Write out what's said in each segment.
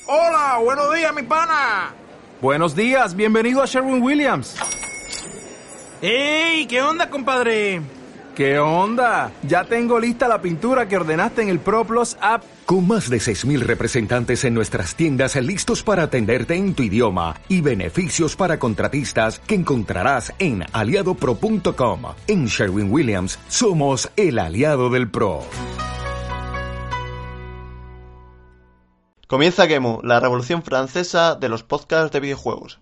Hola, buenos días, mi pana. Buenos días, bienvenido a Sherwin-Williams. ¡Ey! ¿Qué onda, compadre? ¿Qué onda? Ya tengo lista la pintura que ordenaste en el ProPlus app. Con más de 6,000 representantes en nuestras tiendas listos para atenderte en tu idioma y beneficios para contratistas que encontrarás en aliadopro.com. En Sherwin-Williams somos el aliado del pro. Comienza Gemu, la revolución francesa de los podcasts de videojuegos.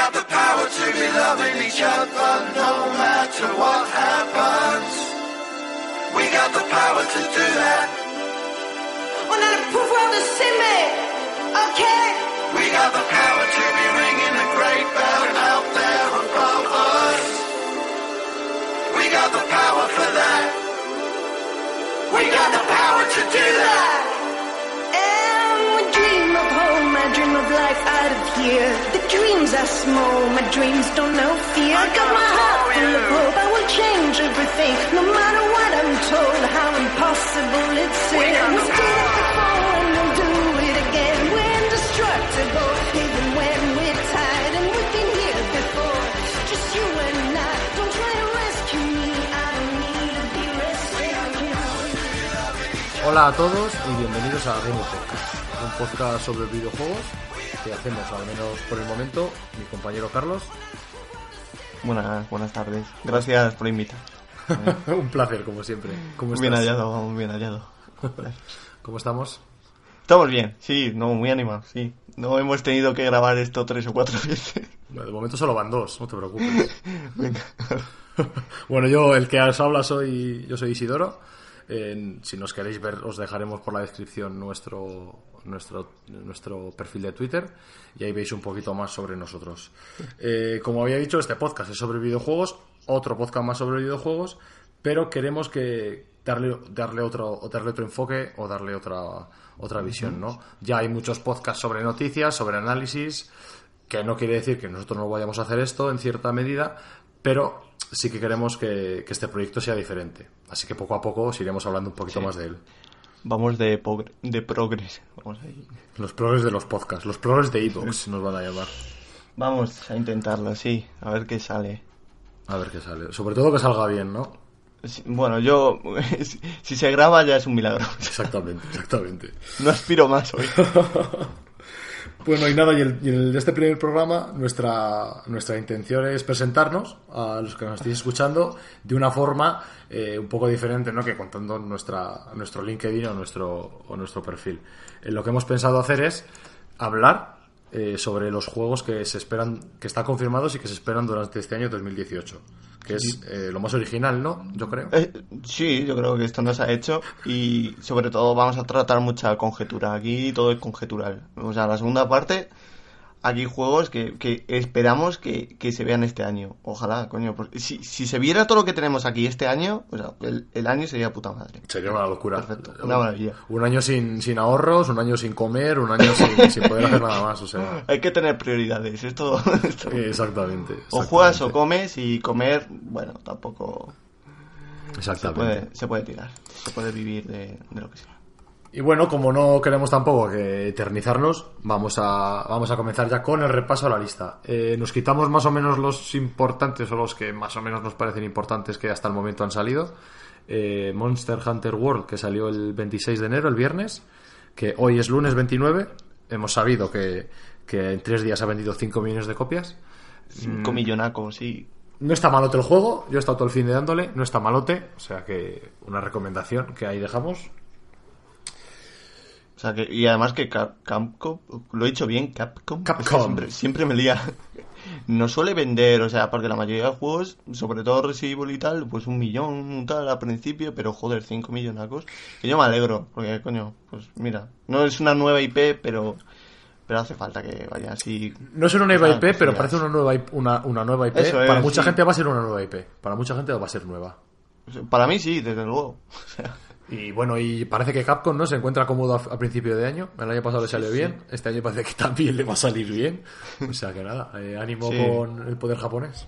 Here. The dreams are small, my dreams don't know fear. I got my heart full of hope, I will change everything. No matter what I'm told, how impossible it seems. We did it before and we'll do it again. We're indestructible, even when we're tired. And we've been here before, just you and I. Don't try to rescue me, I don't need to be rescued. Hola a todos y bienvenidos a Game Podcast, un podcast sobre videojuegos que hacemos, al menos por el momento, mi compañero Carlos. Buenas tardes. Gracias por invitar. Un placer, como siempre. ¿Cómo estás? Bien hallado. ¿Cómo estamos? Estamos bien, sí, muy animados, sí. No hemos tenido que grabar esto 3 o 4 veces. De momento solo van 2, no te preocupes. Venga. Bueno, yo, el que os habla, yo soy Isidoro. Si nos queréis ver, os dejaremos por la descripción nuestro perfil de Twitter y ahí veis un poquito más sobre nosotros. Como había dicho, este podcast es sobre videojuegos, otro podcast más sobre videojuegos, pero queremos que darle otro enfoque o darle otra visión, ¿no? Ya hay muchos podcasts sobre noticias, sobre análisis, que no quiere decir que nosotros no vayamos a hacer esto en cierta medida, pero sí que queremos que este proyecto sea diferente. Así que poco a poco os iremos hablando un poquito más de él. Vamos de progres. Vamos ahí. Los progres de los podcasts, los progres de iVoox nos van a llamar. Vamos a intentarlo, sí. A ver qué sale. Sobre todo que salga bien, ¿no? Sí, bueno, si se graba ya es un milagro. Exactamente. No aspiro más hoy. Bueno, y nada, y en este primer programa nuestra intención es presentarnos a los que nos estéis escuchando de una forma un poco diferente, ¿no?, que contando nuestro LinkedIn o nuestro perfil. Lo que hemos pensado hacer es hablar sobre los juegos que se esperan, que están confirmados y que se esperan durante este año 2018, que es lo más original, ¿no? Yo creo. Sí, yo creo que esto nos ha hecho y sobre todo vamos a tratar mucha conjetura. Aquí todo es conjetural. O sea, la segunda parte, aquí juegos que esperamos que se vean este año. Ojalá, coño. Porque si se viera todo lo que tenemos aquí este año, o sea, el año sería puta madre. Sería una locura. Perfecto, una maravilla. Un año sin ahorros, un año sin comer, un año sin poder hacer nada más. O sea, hay que tener prioridades. Esto... Exactamente. O juegas o comes, y comer, bueno, tampoco... Exactamente. Se puede tirar. Se puede vivir de lo que sea. Y bueno, como no queremos tampoco que eternizarnos, vamos a comenzar ya con el repaso a la lista. Nos quitamos más o menos los importantes o los que más o menos nos parecen importantes que hasta el momento han salido. Monster Hunter World, que salió el 26 de enero, el viernes, que hoy es lunes 29. Hemos sabido que en 3 días ha vendido 5 millones de copias. 5 millonacos, sí. No está malote el juego, yo he estado todo el fin de dándole, no está malote, o sea que una recomendación que ahí dejamos. O sea que, y además que Capcom, lo he dicho bien, Capcom. Siempre me lía. No suele vender, o sea, porque la mayoría de juegos, sobre todo Resident Evil y tal, pues 1 millón tal al principio, pero joder, 5 millonacos. Que yo me alegro, porque coño, pues mira, no es una nueva IP, pero hace falta que vaya así. No es una nueva IP, pero parece una nueva IP. Eso para es, mucha sí. gente va a ser una nueva IP. Para mucha gente va a ser nueva. Para mí sí, desde luego. O sea, Y bueno, y parece que Capcom no se encuentra cómodo a principio de año. El año pasado le salió bien. Este año parece que también le va a salir bien. O sea que nada, ánimo con el poder japonés.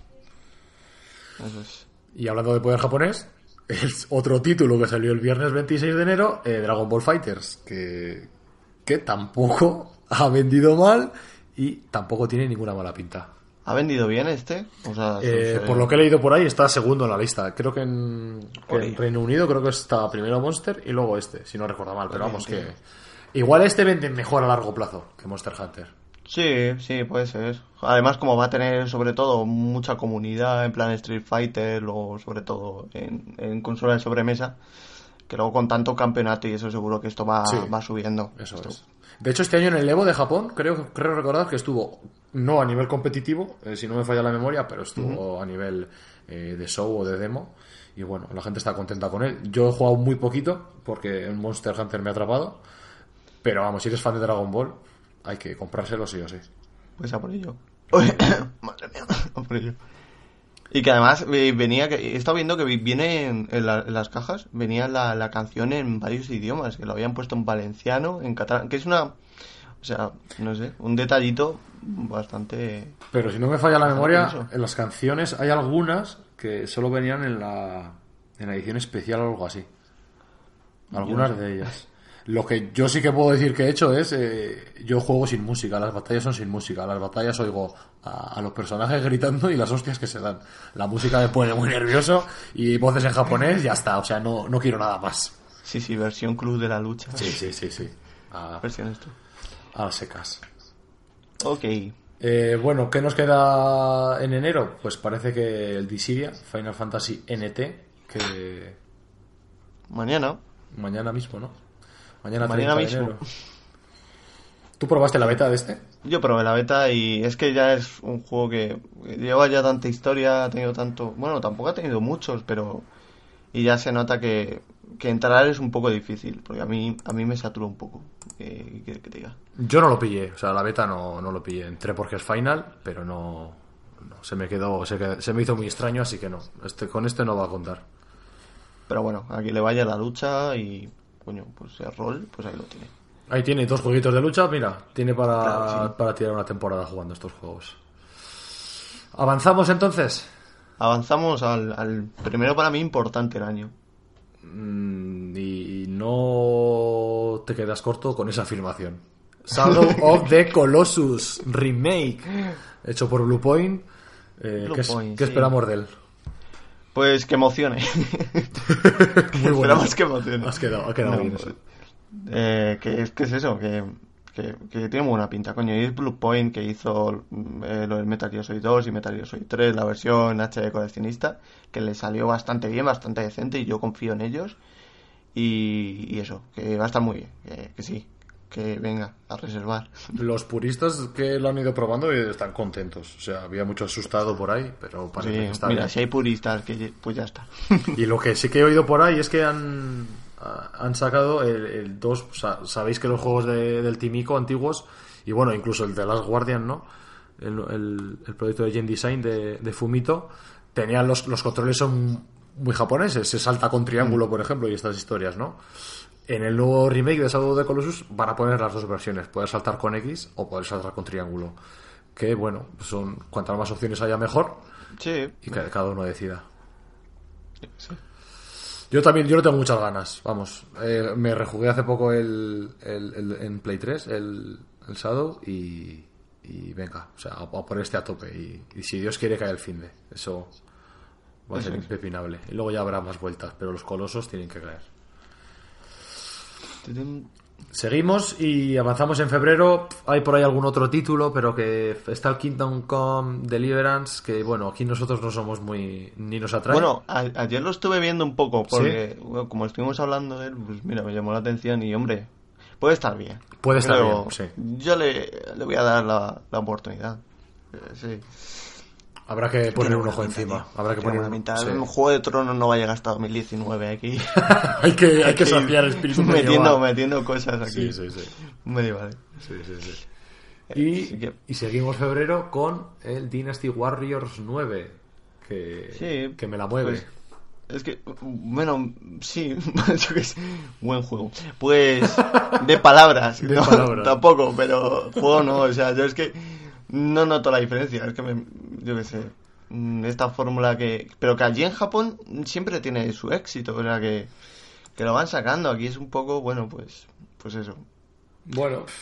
Eso es. Y hablando de poder japonés, es otro título que salió el viernes 26 de enero, Dragon Ball FighterZ, que tampoco ha vendido mal y tampoco tiene ninguna mala pinta. ¿Ha vendido bien este? O sea, por lo que he leído por ahí, está segundo en la lista. Creo que en Reino Unido creo que está primero Monster y luego este, si no recuerdo mal. Pero vamos, que igual este vende mejor a largo plazo que Monster Hunter. Sí, puede ser. Además, como va a tener sobre todo mucha comunidad en plan Street Fighter, luego sobre todo en consola de sobremesa, que luego con tanto campeonato y eso seguro que esto va subiendo. Eso es. De hecho, este año en el Evo de Japón, creo recordar que estuvo, no a nivel competitivo, si no me falla la memoria, pero estuvo a nivel de show o de demo. Y bueno, la gente está contenta con él. Yo he jugado muy poquito, porque en Monster Hunter me ha atrapado. Pero vamos, si eres fan de Dragon Ball, hay que comprárselo sí o sí. Pues a por ello. Madre mía, a por ello. Y que además venía, he estado viendo que viene en las cajas, venía la canción en varios idiomas, que lo habían puesto en valenciano, en catalán, que es una, o sea, no sé, un detallito bastante... Pero si no me falla la memoria, en las canciones hay algunas que solo venían en la edición especial o algo así. Algunas de ellas. Lo que yo sí que puedo decir que he hecho es, yo juego sin música, las batallas son sin música, las batallas oigo a los personajes gritando y las hostias que se dan. La música me pone muy nervioso y voces en japonés, ya está, o sea, no quiero nada más. Sí, versión Club de la Lucha. Sí. Versión esto. A secas. Ok. Bueno, ¿qué nos queda en enero? Pues parece que el Dissidia, Final Fantasy NT, que... Mañana mismo, ¿no? Mañana mismo. Enero. ¿Tú probaste la beta de este? Yo probé la beta y es que ya es un juego que lleva ya tanta historia, ha tenido tanto... Bueno, tampoco ha tenido muchos, pero... Y ya se nota que entrar es un poco difícil, porque a mí me saturó un poco. ¿Qué quieres que te diga? Yo no lo pillé, o sea, la beta no lo pillé. Entré porque es Final, pero no se me hizo muy extraño, así que no. Con este no va a contar. Pero bueno, aquí le vaya la lucha y... Coño, pues el rol, pues ahí lo tiene. Ahí tiene 2 jueguitos de lucha, mira, tiene para tirar una temporada jugando estos juegos. ¿Avanzamos entonces? Avanzamos al primero para mí importante el año. Y no te quedas corto con esa afirmación. Shadow of the Colossus Remake, hecho por Bluepoint. ¿Qué esperamos de él? Pues que emocione. Muy bueno. Esperamos que emocione. Ha quedado bien eso. ¿Qué es eso? Que tiene muy buena pinta, coño. Y es Bluepoint que hizo lo del Metal Gear Solid 2 y Metal Gear Solid 3, la versión HD coleccionista, que le salió bastante bien, bastante decente, y yo confío en ellos. Y eso, que va a estar muy bien, que sí. Que venga, a reservar. Los puristas que lo han ido probando están contentos. O sea, había mucho asustado por ahí, pero parece que está mira, bien. Si hay puristas, pues ya está. Y lo que sí que he oído por ahí es que han sacado el 2. O sea, sabéis que los juegos del Timico antiguos, y bueno, incluso el de Last Guardian, ¿no? El proyecto de Gen Design de Fumito, tenían los controles son muy japoneses. Se salta con triángulo, por ejemplo, y estas historias, ¿no? En el nuevo remake de Shadow of the Colossus van a poner las dos versiones. Poder saltar con X o poder saltar con triángulo. Que bueno, cuantas más opciones haya mejor. Sí. Y que cada uno decida. Sí. Yo no tengo muchas ganas. Vamos, me rejugué hace poco en Play 3 el Shadow y venga, o sea, a por este a tope. Y si Dios quiere cae el finde. Eso va a ser impepinable. Y luego ya habrá más vueltas, pero los colosos tienen que caer. Seguimos y avanzamos en febrero. Hay por ahí algún otro título, pero que está el Kingdom Come Deliverance, que bueno, aquí nosotros no somos ni nos atrae. Bueno, ayer lo estuve viendo un poco, porque ¿Sí? Bueno, como estuvimos hablando de él, pues mira, me llamó la atención y hombre, puede estar bien. Puede estar bien, sí. Yo le voy a dar la oportunidad. Sí. Habrá que poner un ojo encima. Habrá que poner un Juego de Tronos no va a llegar hasta 2019 aquí. hay que saciar el espíritu metiendo cosas aquí. Sí. Medieval. Sí. Y seguimos febrero con el Dynasty Warriors 9, que me la mueve. Pues, es que, bueno, sí, yo que sé, buen juego. Pues, de palabras. Tampoco, pero juego no, o sea, yo es que no noto la diferencia, es que yo qué sé, esta fórmula pero que allí en Japón siempre tiene su éxito, o sea que lo van sacando, aquí es un poco, bueno, pues eso. Bueno,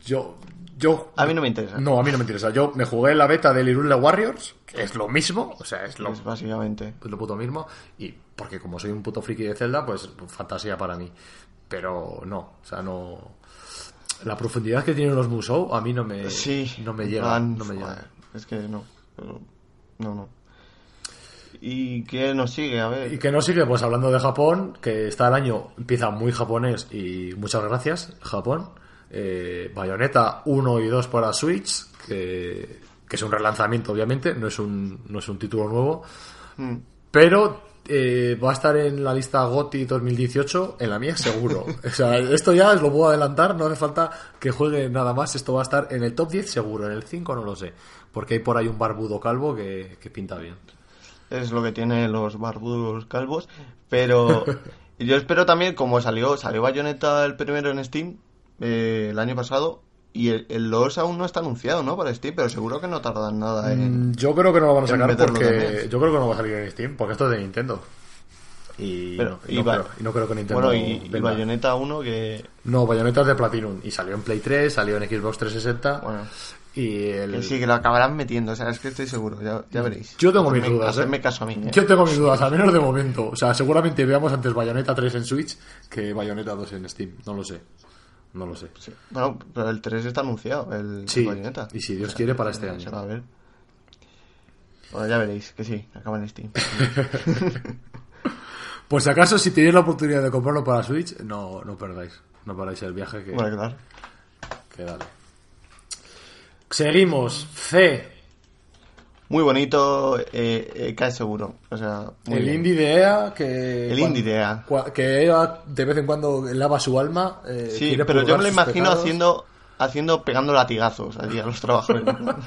A mí no me interesa. No, a mí no me interesa. Yo me jugué la beta del Hyrule Warriors, que es lo mismo, o sea, es básicamente lo puto mismo, y porque como soy un puto friki de Zelda, pues fantasía para mí. Pero no, o sea, no... La profundidad que tienen los Musou a mí no me llega. No me llega. Es que no. No. ¿Y qué nos sigue? A ver. ¿Y qué nos sigue? Pues hablando de Japón, que está el año, empieza muy japonés y muchas gracias, Japón. Bayonetta 1 y 2 para Switch, que es un relanzamiento, obviamente, no es un título nuevo, pero va a estar en la lista GOTY 2018, en la mía seguro. O sea, esto ya os lo puedo adelantar, no hace falta que juegue nada más, esto va a estar en el top 10 seguro, en el 5 no lo sé, porque hay por ahí un barbudo calvo que pinta bien. Es lo que tienen los barbudos calvos, pero yo espero también, como salió Bayonetta el primero en Steam el año pasado, y el 2 aún no está anunciado, ¿no? Para Steam, pero seguro que no tardan nada en... Yo creo que no lo van a sacar porque... también. Yo creo que no va a salir en Steam, porque esto es de Nintendo. No creo que Nintendo... Bueno, y Bayonetta 1 que... No, Bayonetta es de Platinum, y salió en Play 3, salió en Xbox 360... Bueno... Que sí, que lo acabarán metiendo, o sea, es que estoy seguro, ya veréis. Yo tengo mis dudas, Hacedme caso a mí. Yo tengo mis dudas, al menos de momento. O sea, seguramente veamos antes Bayonetta 3 en Switch que Bayonetta 2 en Steam, no lo sé. Sí. Bueno, pero el 3 está anunciado, el Bayonetta. Y si Dios quiere, para este año. Se va a ver. Bueno, ya veréis, que sí, acaba en Steam. Pues si acaso, si tenéis la oportunidad de comprarlo para Switch, no perdáis el viaje que... Bueno, claro. Que dale. Seguimos. C. Muy bonito, cae seguro. O sea, muy el bien. indie de EA que... El indie de EA. Que EA de vez en cuando lava su alma. Sí, pero yo me lo imagino pegando latigazos allí a los trabajadores.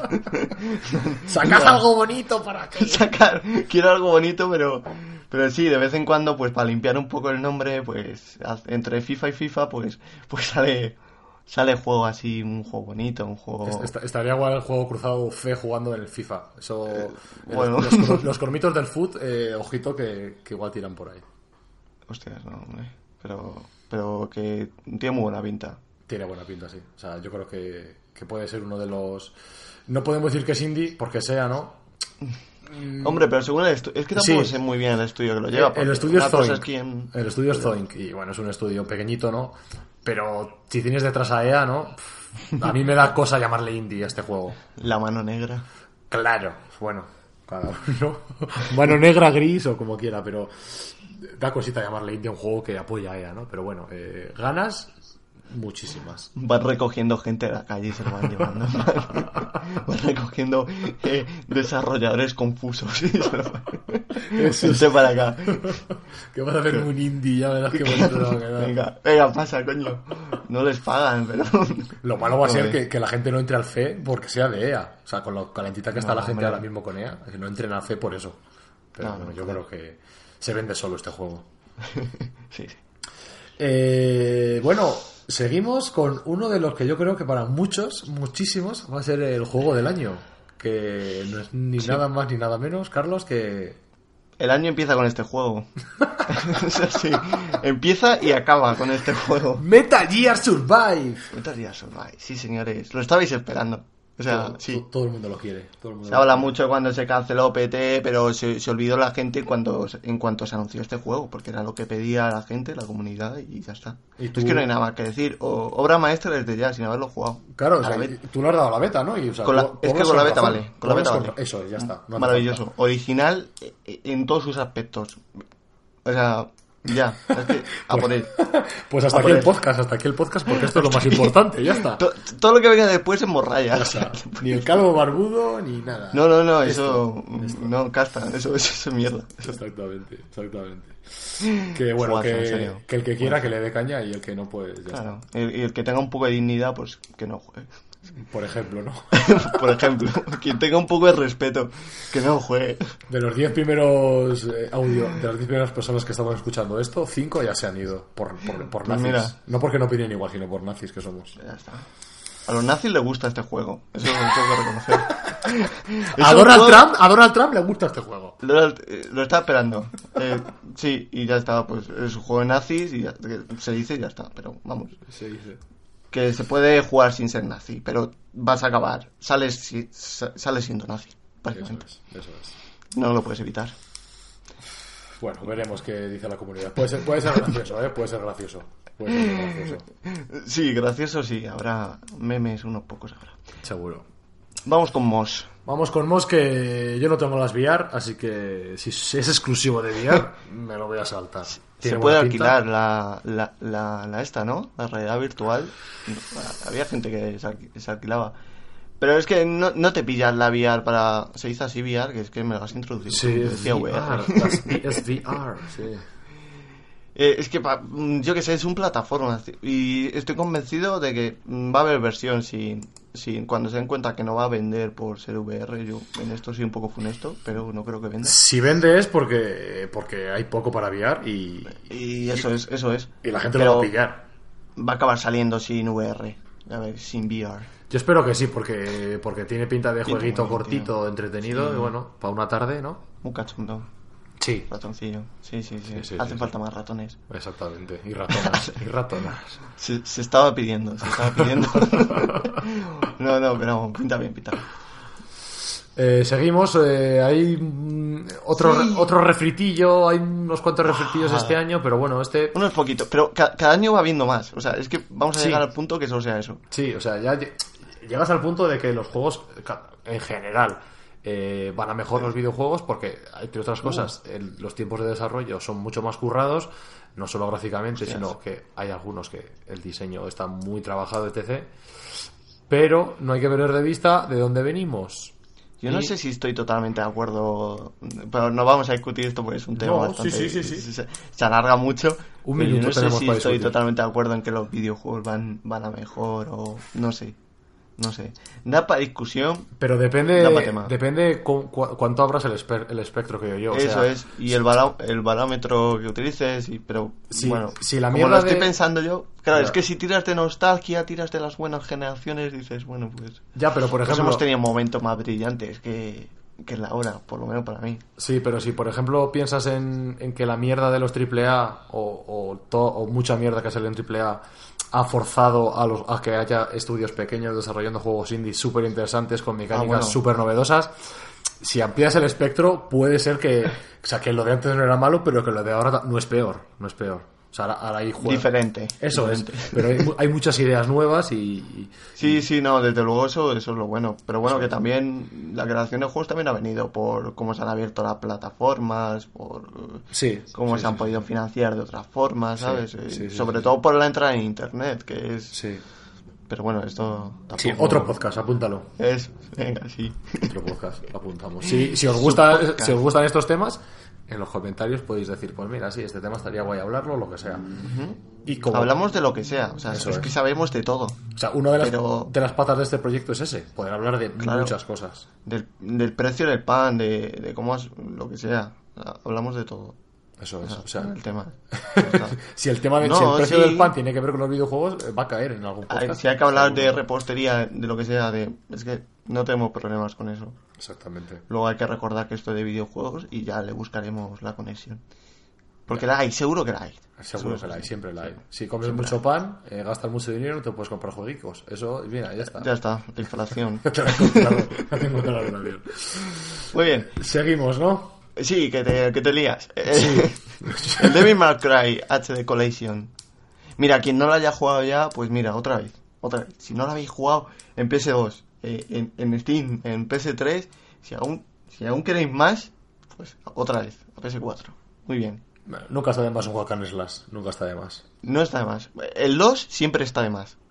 Sacad algo bonito para que... Quiero algo bonito, pero sí, de vez en cuando, pues para limpiar un poco el nombre, pues entre FIFA y FIFA, pues sale juego así, un juego bonito, un juego... Estaría igual el juego cruzado fe jugando en el FIFA. Eso, bueno. Los cormitos del foot, ojito que igual tiran por ahí. Hostias, no, hombre. Pero que tiene muy buena pinta. Tiene buena pinta, sí. O sea, yo creo que puede ser uno de los... No podemos decir que es indie, porque sea, ¿no? Hombre, pero según el estudio... Es que tampoco sé muy bien el estudio que lo lleva. El estudio es Zoink. El estudio es Zoink. Y bueno, es un estudio pequeñito, ¿no? Pero si tienes detrás a EA, ¿no? A mí me da cosa llamarle indie a este juego. La mano negra. Claro, bueno, cada uno. Mano negra, gris o como quiera, pero da cosita llamarle indie a un juego que apoya a EA, ¿no? Pero bueno, ganas muchísimas. Van recogiendo gente de la calle y se lo van llevando. Van recogiendo desarrolladores confusos y se lo van... Gente para acá. Que vas a hacer un indie, ya verás qué bonito va a quedar. Venga, pasa, coño. No les pagan, pero... Lo malo va a ser que la gente no entre al fe porque sea de EA. O sea, con lo calentita que está la gente ahora mismo con EA, que no entren al fe por eso. Pero bueno, yo creo que se vende solo este juego. Sí. Bueno, seguimos con uno de los que yo creo que para muchísimos, va a ser el juego del año. Que no es ni nada más ni nada menos, Carlos, que... El año empieza con este juego. O sea, sí, empieza y acaba con este juego. Metal Gear Survive. Metal Gear Survive, sí señores. Lo estabais esperando. O sea, sí. Todo el mundo lo quiere. Se habla mucho cuando se canceló PT, pero se olvidó la gente en cuanto se anunció este juego, porque era lo que pedía la gente, la comunidad, y ya está. Es que no hay nada más que decir. Obra maestra desde ya, sin haberlo jugado. Claro, o sea, tú le has dado la beta, ¿no? Y, o sea, es que con la beta vale. Con la beta vale. Eso, ya está. No maravilloso. Original en todos sus aspectos. O sea... Ya, es que a por él. Pues hasta aquí el podcast, porque esto es lo más importante, ya está. Todo lo que venga después es morralla. Ni el calvo barbudo, ni nada. No, eso no casta, eso es mierda. Exactamente. Que bueno, que el que quiera que le dé caña y el que no, pues ya claro. Está. Y el que tenga un poco de dignidad, pues que no juegue. Por ejemplo, ¿no? Por ejemplo, quien tenga un poco de respeto, que no juegue. De los 10 primeros de las 10 primeras personas que estaban escuchando esto, 5 ya se han ido por nazis. Mira. No porque no opinen igual, sino por nazis que somos. Ya está. A los nazis les gusta este juego, eso lo tengo que reconocer. A Donald Trump le gusta este juego. Lo está esperando. Sí, y ya está, pues es un juego de nazis y ya, se dice y ya está, pero vamos. Se dice. que se puede jugar sin ser nazi, pero vas a acabar, sales siendo nazi, básicamente. Eso es. No lo puedes evitar. Bueno, veremos qué dice la comunidad. Puede ser gracioso, puede ser gracioso. Sí, gracioso sí, habrá memes unos pocos ahora. Seguro. Vamos con Moss. Vamos con Moss, que yo no tengo las VR, así que si es exclusivo de VR, me lo voy a saltar. Se puede alquilar la esta, ¿no? La realidad virtual. Había gente que se alquilaba. Pero es que no te pillas la VR para... Se dice así VR, que es que me lo has introducido. Sí, es VR. Es VR, sí. Es que, yo que sé, es un plataforma. Y estoy convencido de que va a haber versión sin cuando se den cuenta que no va a vender por ser VR. Yo en esto soy un poco funesto, pero no creo que venda. Si vende es porque hay poco para VR y eso es. Y la gente lo va a pillar. Va a acabar saliendo sin VR. A ver, sin VR. Yo espero que sí, porque tiene pinta de jueguito cortito, entretenido, sí. Y bueno, para una tarde, ¿no? Un cachondo. Sí. Ratoncillo. Sí. Hacen falta más ratones. Exactamente. Y ratonas. Se estaba pidiendo. No, pero pinta bien. Seguimos. Hay otro refritillo. Hay unos cuantos refritillos este año, pero bueno, unos poquitos. Pero cada año va viendo más. O sea, es que vamos a llegar al punto que solo sea eso. Sí, o sea, ya llegas al punto de que los juegos, en general, van a mejor los videojuegos porque, entre otras cosas, los tiempos de desarrollo son mucho más currados, no solo gráficamente, sino que hay algunos que el diseño está muy trabajado, etc. Pero no hay que perder de vista de dónde venimos. Yo no sé si estoy totalmente de acuerdo, pero no vamos a discutir esto porque es un tema bastante... Sí. Se alarga mucho. Un minuto yo no sé tenemos si para estoy discutir. totalmente de acuerdo en que los videojuegos van a mejor o... No sé. Da para discusión. Pero depende cuánto abras el espectro, creo yo. Eso es. Y el barómetro que utilices. Pero sí, bueno, si la como mierda lo estoy pensando yo. Claro, es que si tiras de nostalgia, tiras de las buenas generaciones, dices, bueno, pues... Ya, pero por ejemplo... hemos tenido momentos más brillantes que la hora, por lo menos para mí. Sí, pero si por ejemplo piensas en que la mierda de los AAA o mucha mierda que sale en AAA ha forzado a que haya estudios pequeños desarrollando juegos indie súper interesantes con mecánicas súper novedosas, si amplías el espectro puede ser que lo de antes no era malo, pero que lo de ahora no es peor. O sea, ahora hay juegos... Diferente. Eso diferente. Es. Pero hay muchas ideas nuevas y... Sí, no, desde luego eso es lo bueno. Pero bueno, que también la creación de juegos también ha venido por cómo se han abierto las plataformas, por cómo se han podido financiar de otras formas, ¿sabes? Sobre todo por la entrada en Internet, que es... Sí. Pero bueno, esto... Tampoco... Sí, otro podcast, apúntalo. Venga, sí. Otro podcast, apuntamos. Si os gustan estos temas... En los comentarios podéis decir, pues mira, sí, este tema estaría guay hablarlo, lo que sea. Y como... hablamos de lo que sea, o sea, es que sabemos de todo. O sea, una de las patas de este proyecto es ese, poder hablar de muchas cosas. Del precio del pan, de cómo es lo que sea. Hablamos de todo. Eso es, o sea, el tema. Si el precio del pan tiene que ver con los videojuegos, va a caer en algún podcast. Si hay que hablar de repostería, de lo que sea, es que no tenemos problemas con eso. Exactamente. Luego hay que recordar que esto es de videojuegos y ya le buscaremos la conexión. Porque la hay, seguro que la hay. Seguro que la hay, siempre la hay. Si comes mucho pan, gastas mucho dinero, no te puedes comprar jueguicos. Eso, mira, ya está. Ya está, la inflación. Te tengo claro también. Muy bien. Seguimos, ¿no? Sí, que te lías. Sí. El Devil May Cry HD Collection. Mira, quien no lo haya jugado ya, pues mira, otra vez. Si no lo habéis jugado en PS2, en Steam, en PS3, si aún queréis más, pues otra vez, a PS4. Muy bien. Bueno, nunca está de más un juego Hack and Slash, nunca está de más. No está de más. El 2 siempre está de más.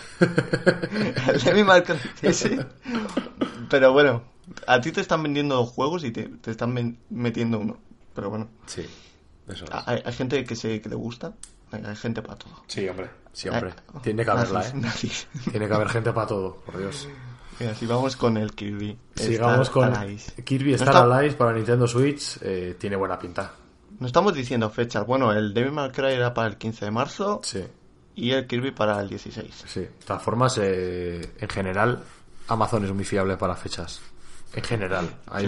El Devil May Cry, sí. Pero bueno, a ti te están vendiendo 2 juegos y te están metiendo uno. Pero bueno. Sí, eso es. Hay gente que le gusta. Hay gente para todo. Sí, hombre. Tiene que haberla, Tiene que haber gente para todo, por Dios. Mira, si vamos con el Kirby. Sigamos con Kirby Star Allies para Nintendo Switch. Tiene buena pinta. No estamos diciendo fechas. Bueno, el Devil May Cry era para el 15 de marzo. Sí. Y el Kirby para el 16. Sí. De todas formas, en general, Amazon es muy fiable para fechas. En general.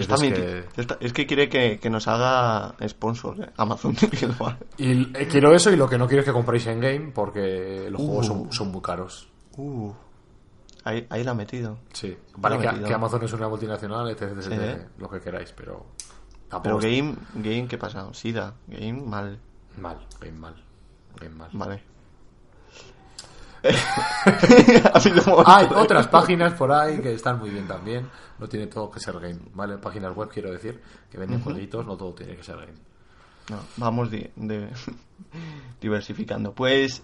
Es que quiere que nos haga sponsor, Amazon. Y quiero eso, y lo que no quiero es que compréis en game porque los juegos son muy caros. Ahí la ha metido. Sí, vale que Amazon es una multinacional, etc, lo que queráis, pero... Pero Game, ¿qué pasa? SIDA, Game mal. Game mal. Vale. Hay otras páginas por ahí que están muy bien también. No tiene todo que ser Game, ¿vale? Páginas web, quiero decir, que venden jueguitos, no todo tiene que ser Game. No, vamos diversificando.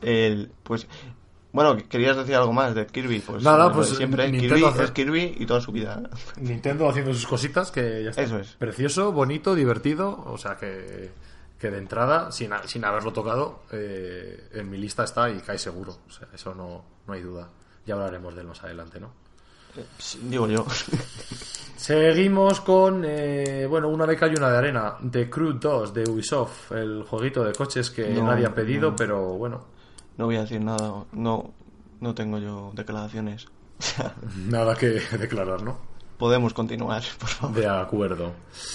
Bueno, ¿querías decir algo más de Kirby? Pues nada, pues siempre Kirby es Kirby y toda su vida. Nintendo haciendo sus cositas, que ya está. Eso es. Precioso, bonito, divertido, o sea que de entrada, sin haberlo tocado, en mi lista está y cae seguro. O sea, eso no hay duda. Ya hablaremos de él más adelante, ¿no? Digo yo. Seguimos con una de cal y una de arena. The Crew 2 de Ubisoft, el jueguito de coches que nadie ha pedido, pero bueno. No voy a decir nada, no tengo yo declaraciones. Nada que declarar, ¿no? Podemos continuar, por favor. De acuerdo.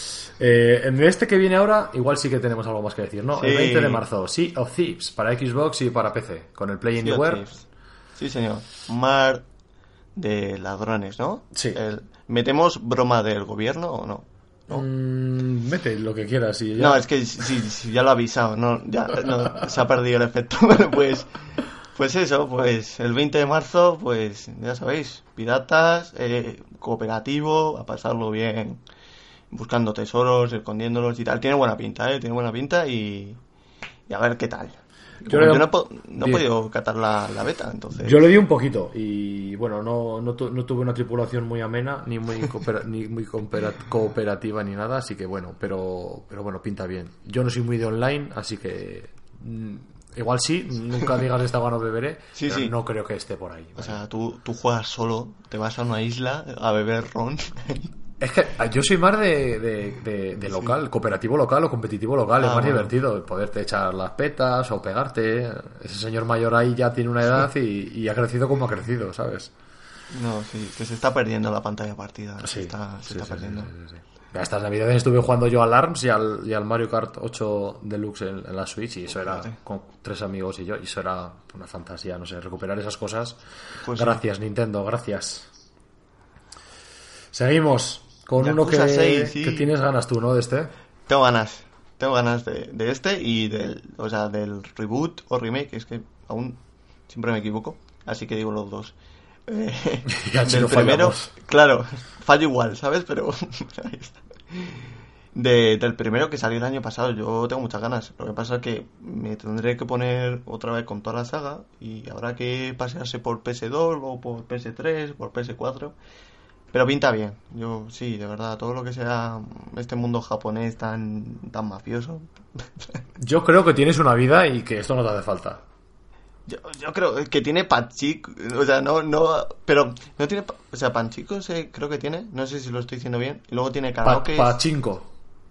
En este que viene ahora, igual sí que tenemos algo más que decir, ¿no? Sí. El 20 de marzo, Sea of Thieves, para Xbox y para PC, con el Play Anywhere. Sí, señor. Mar de ladrones, ¿no? Sí. ¿Metemos broma del gobierno o no? ¿No? Mete lo que quieras. Y ya... No, es que si ya lo he avisado, se ha perdido el efecto. Bueno, pues eso, pues el 20 de marzo, pues ya sabéis, piratas, cooperativo, a pasarlo bien, buscando tesoros, escondiéndolos y tal. Tiene buena pinta, tiene buena pinta y a ver qué tal. Yo no he podido catar la beta, entonces... Yo le di un poquito y bueno, no tuve una tripulación muy amena, ni muy cooperativa ni nada, así que bueno, pero bueno, pinta bien. Yo no soy muy de online, así que igual sí, nunca digas esta agua no beberé, pero sí. No creo que esté por ahí. ¿Vale? O sea, tú juegas solo, te vas a una isla a beber ron... Es que yo soy más de local, cooperativo local o competitivo local, es más divertido poderte echar las petas o pegarte. Ese señor mayor ahí ya tiene una edad y ha crecido como ha crecido, ¿sabes? No, sí, que se está perdiendo la pantalla partida. Sí, se está perdiendo. Sí. Estas navidades estuve jugando yo al ARMS y al Mario Kart 8 Deluxe en la Switch, y eso era con 3 amigos y yo, y eso era una fantasía, no sé, recuperar esas cosas. Pues gracias, sí. Nintendo, gracias. Seguimos con uno que tienes ganas tú, ¿no? De este. Tengo ganas de este y del reboot o remake, es que aún siempre me equivoco, así que digo los dos. Del primero, claro, fallo igual, ¿sabes? Pero ahí está. Del primero que salió el año pasado, yo tengo muchas ganas. Lo que pasa es que me tendré que poner otra vez con toda la saga y habrá que pasearse por PS2, luego por PS3, por PS4. Pero pinta bien. Yo sí, de verdad, todo lo que sea este mundo japonés tan mafioso. Yo creo que tienes una vida y que esto no te hace falta. Yo creo que tiene panchico, o sea, pero no tiene, o sea, panchico creo que tiene, no sé si lo estoy diciendo bien. Y luego tiene karaoke. Pachinko.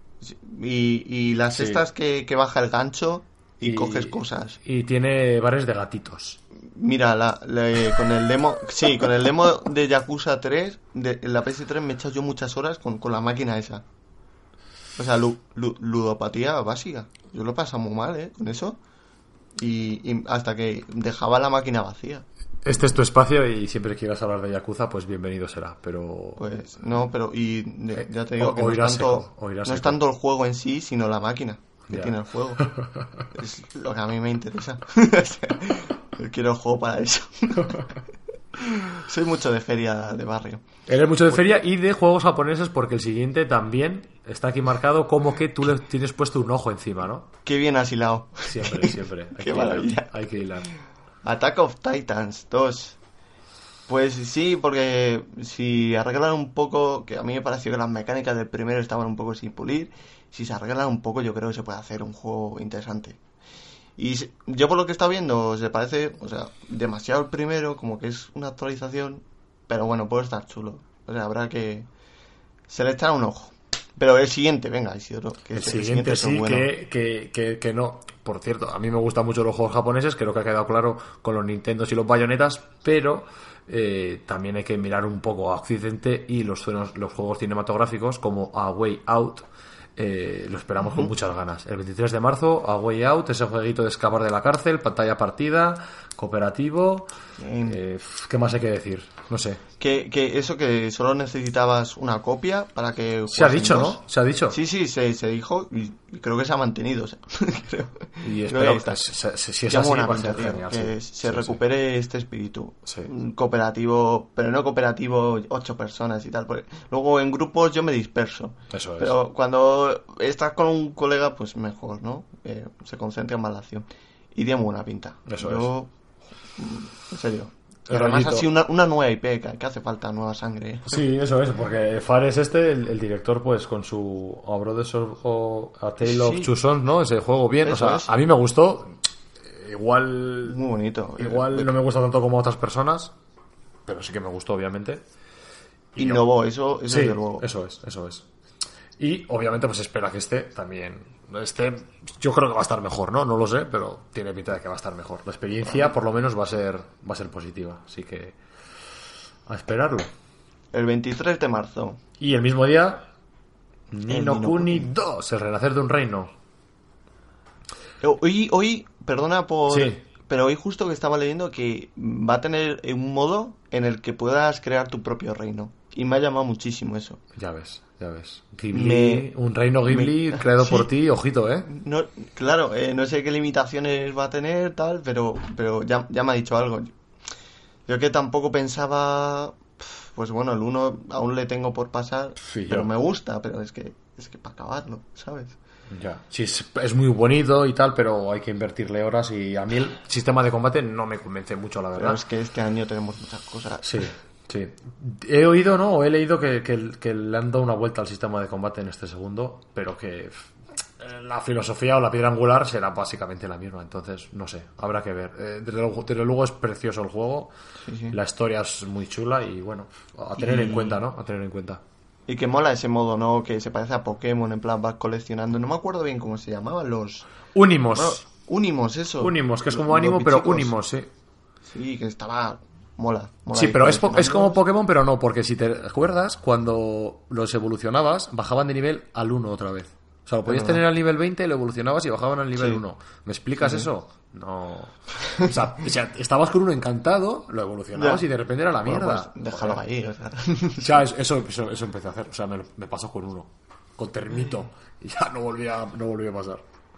Y las estas que baja el gancho y coges cosas. Y tiene bares de gatitos. Mira, con el demo, con el demo de Yakuza 3, de la PS3 me he echado yo muchas horas con la máquina esa. O sea, ludopatía básica. Yo lo he pasado muy mal, con eso. Y hasta que dejaba la máquina vacía. Este es tu espacio y siempre quieras hablar de Yakuza, pues bienvenido será, pero... Pues no, pero ya te digo que no es tanto el juego en sí, sino la máquina que tiene el juego. Es lo que a mí me interesa. Yo quiero el juego para eso. Soy mucho de feria de barrio. Eres mucho de feria y de juegos japoneses, porque el siguiente también está aquí marcado como que tú le tienes puesto un ojo encima, ¿no? Qué bien has hilado. Siempre. Qué maravilla. Hay que hilar. Attack of Titans 2. Pues sí, porque si arreglan un poco, que a mí me pareció que las mecánicas del primero estaban un poco sin pulir, si se arreglan un poco yo creo que se puede hacer un juego interesante. Y yo por lo que he estado viendo se parece, o sea, demasiado el primero, como que es una actualización, pero bueno, puede estar chulo. O sea, habrá que... se le echará un ojo. Pero el siguiente, venga, Isidoro. Que el siguiente sí, bueno. que no. Por cierto, a mí me gustan mucho los juegos japoneses, creo que ha quedado claro con los Nintendos y los Bayonetas, pero también hay que mirar un poco a Occidente y los juegos cinematográficos como A Way Out, Lo esperamos con muchas ganas. El 23 de marzo, A Way Out, ese jueguito de escapar de la cárcel, pantalla partida, cooperativo. ¿Qué más hay que decir? No sé. Que eso, que solo necesitabas una copia para que... Se ha dicho, ¿no? Se ha dicho. Sí, se dijo y creo que se ha mantenido. O sea, creo. Y espero que si es así, va a ser genial. Que se recupere este espíritu. Sí. Cooperativo, pero no cooperativo 8 personas y tal. Porque luego en grupos yo me disperso. Eso es. Pero cuando estás con un colega, pues mejor, ¿no? Se concentra más la acción. Y tiene buena pinta. Eso es. En serio. Y además así una nueva IP, que hace falta nueva sangre. Sí, eso es, porque Fares el director, pues con su A Brothers or A Tale of Two Sons, ¿no? Ese juego bien, eso o sea, es. A mí me gustó. Igual... Muy bonito. Igual no me gusta tanto como a otras personas, pero sí que me gustó, obviamente. Innovó, eso sí, desde luego. Eso es. Y obviamente pues espera que también yo creo que va a estar mejor, ¿no? No lo sé, pero tiene pinta de que va a estar mejor. La experiencia por lo menos va a ser positiva, así que a esperarlo. El 23 de marzo. Y el mismo día Ni no Kuni 2, el renacer de un reino. Hoy, perdona por... Sí. Pero hoy justo que estaba leyendo que va a tener un modo en el que puedas crear tu propio reino. Y me ha llamado muchísimo eso. Ya ves. Ghibli, un reino Ghibli creado por ti, ojito, ¿eh? No, claro, no sé qué limitaciones va a tener, tal, pero ya me ha dicho algo. Yo que tampoco pensaba... Pues bueno, el 1 aún le tengo por pasar, sí, pero me gusta, pero es que para acabarlo, ¿sabes? Ya. Sí, es muy bonito y tal, pero hay que invertirle horas y a mí el sistema de combate no me convence mucho, la verdad. Pero es que este año tenemos muchas cosas. Sí. He oído, ¿no? O he leído que le han dado una vuelta al sistema de combate en este segundo, pero que la filosofía o la piedra angular será básicamente la misma, entonces no sé, habrá que ver. Desde luego es precioso el juego, sí. La historia es muy chula y bueno, a tener en cuenta, ¿no? A tener en cuenta. Y que mola ese modo, ¿no? Que se parece a Pokémon, en plan vas coleccionando. No me acuerdo bien cómo se llamaban los... Unimos. Bueno, Unimos, eso. Unimos, que es como ánimo, pero Unimos, sí. Sí, que estaba... Mola sí, pero es como Pokémon, pero no, porque si te acuerdas, cuando los evolucionabas, bajaban de nivel al 1 otra vez. O sea, lo podías tener al nivel 20, lo evolucionabas y bajaban al nivel 1. ¿Me explicas eso? No. O sea, estabas con uno encantado, lo evolucionabas y de repente era la mierda. Bueno, pues déjalo ahí, o sea. Ya, eso empecé a hacer. O sea, me pasó con uno. Con Termito. Y ya no volvía a pasar.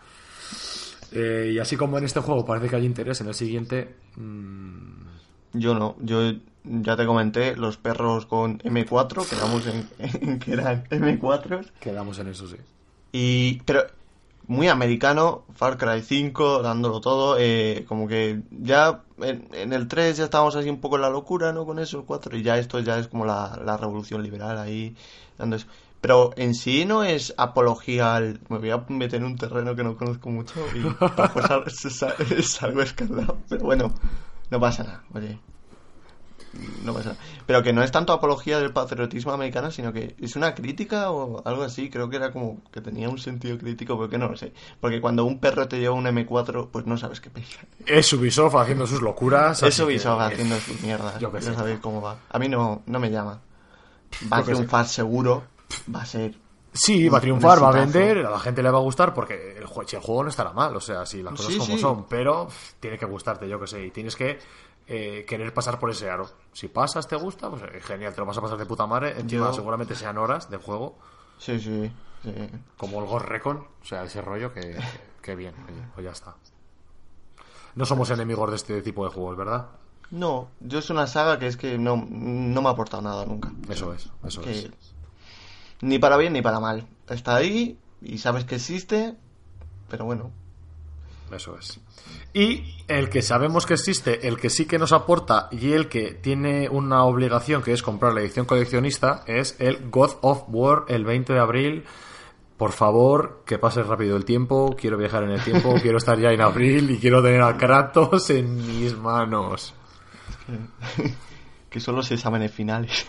Y así como en este juego parece que hay interés, en el siguiente... Yo no, yo ya te comenté, los perros con M4, quedamos en que eran M4. Quedamos en eso, sí. Pero muy americano, Far Cry 5, dándolo todo, como que ya en el 3 ya estábamos así un poco en la locura, ¿no? Con eso, el 4, y ya esto ya es como la revolución liberal ahí, dando eso. Pero en sí no es apología al... Me voy a meter en un terreno que no conozco mucho y salgo escaldado, pero bueno... No pasa nada, oye. No pasa nada. Pero que no es tanto apología del patriotismo americano, sino que es una crítica o algo así. Creo que era como que tenía un sentido crítico, pero que no lo sé. Porque cuando un perro te lleva un M4, pues no sabes qué pensar. Es Ubisoft haciendo sus locuras. Es Ubisoft haciendo sus mierdas. Yo que sé. No sabéis cómo va. A mí no me llama. Va a triunfar seguro. Va a ser... Sí, va a triunfar, va a vender, a la gente le va a gustar porque el juego no estará mal, o sea, si las cosas como son, pero tiene que gustarte, yo que sé, y tienes que querer pasar por ese aro. Si pasas, te gusta, pues genial, te lo vas a pasar de puta madre, encima seguramente sean horas de juego. Sí. Como el Ghost Recon, o sea, ese rollo que bien, pues ya está. No somos enemigos de este tipo de juegos, ¿verdad? No, yo es una saga que es que no me ha aportado nada nunca. Eso es. Ni para bien ni para mal. Está ahí y sabes que existe, pero bueno. Eso es. Y el que sabemos que existe, el que sí que nos aporta y el que tiene una obligación, que es comprar la edición coleccionista, es el God of War el 20 de abril. Por favor, que pase rápido el tiempo. Quiero viajar en el tiempo. Quiero estar ya en abril y quiero tener a Kratos en mis manos. Que son los exámenes finales.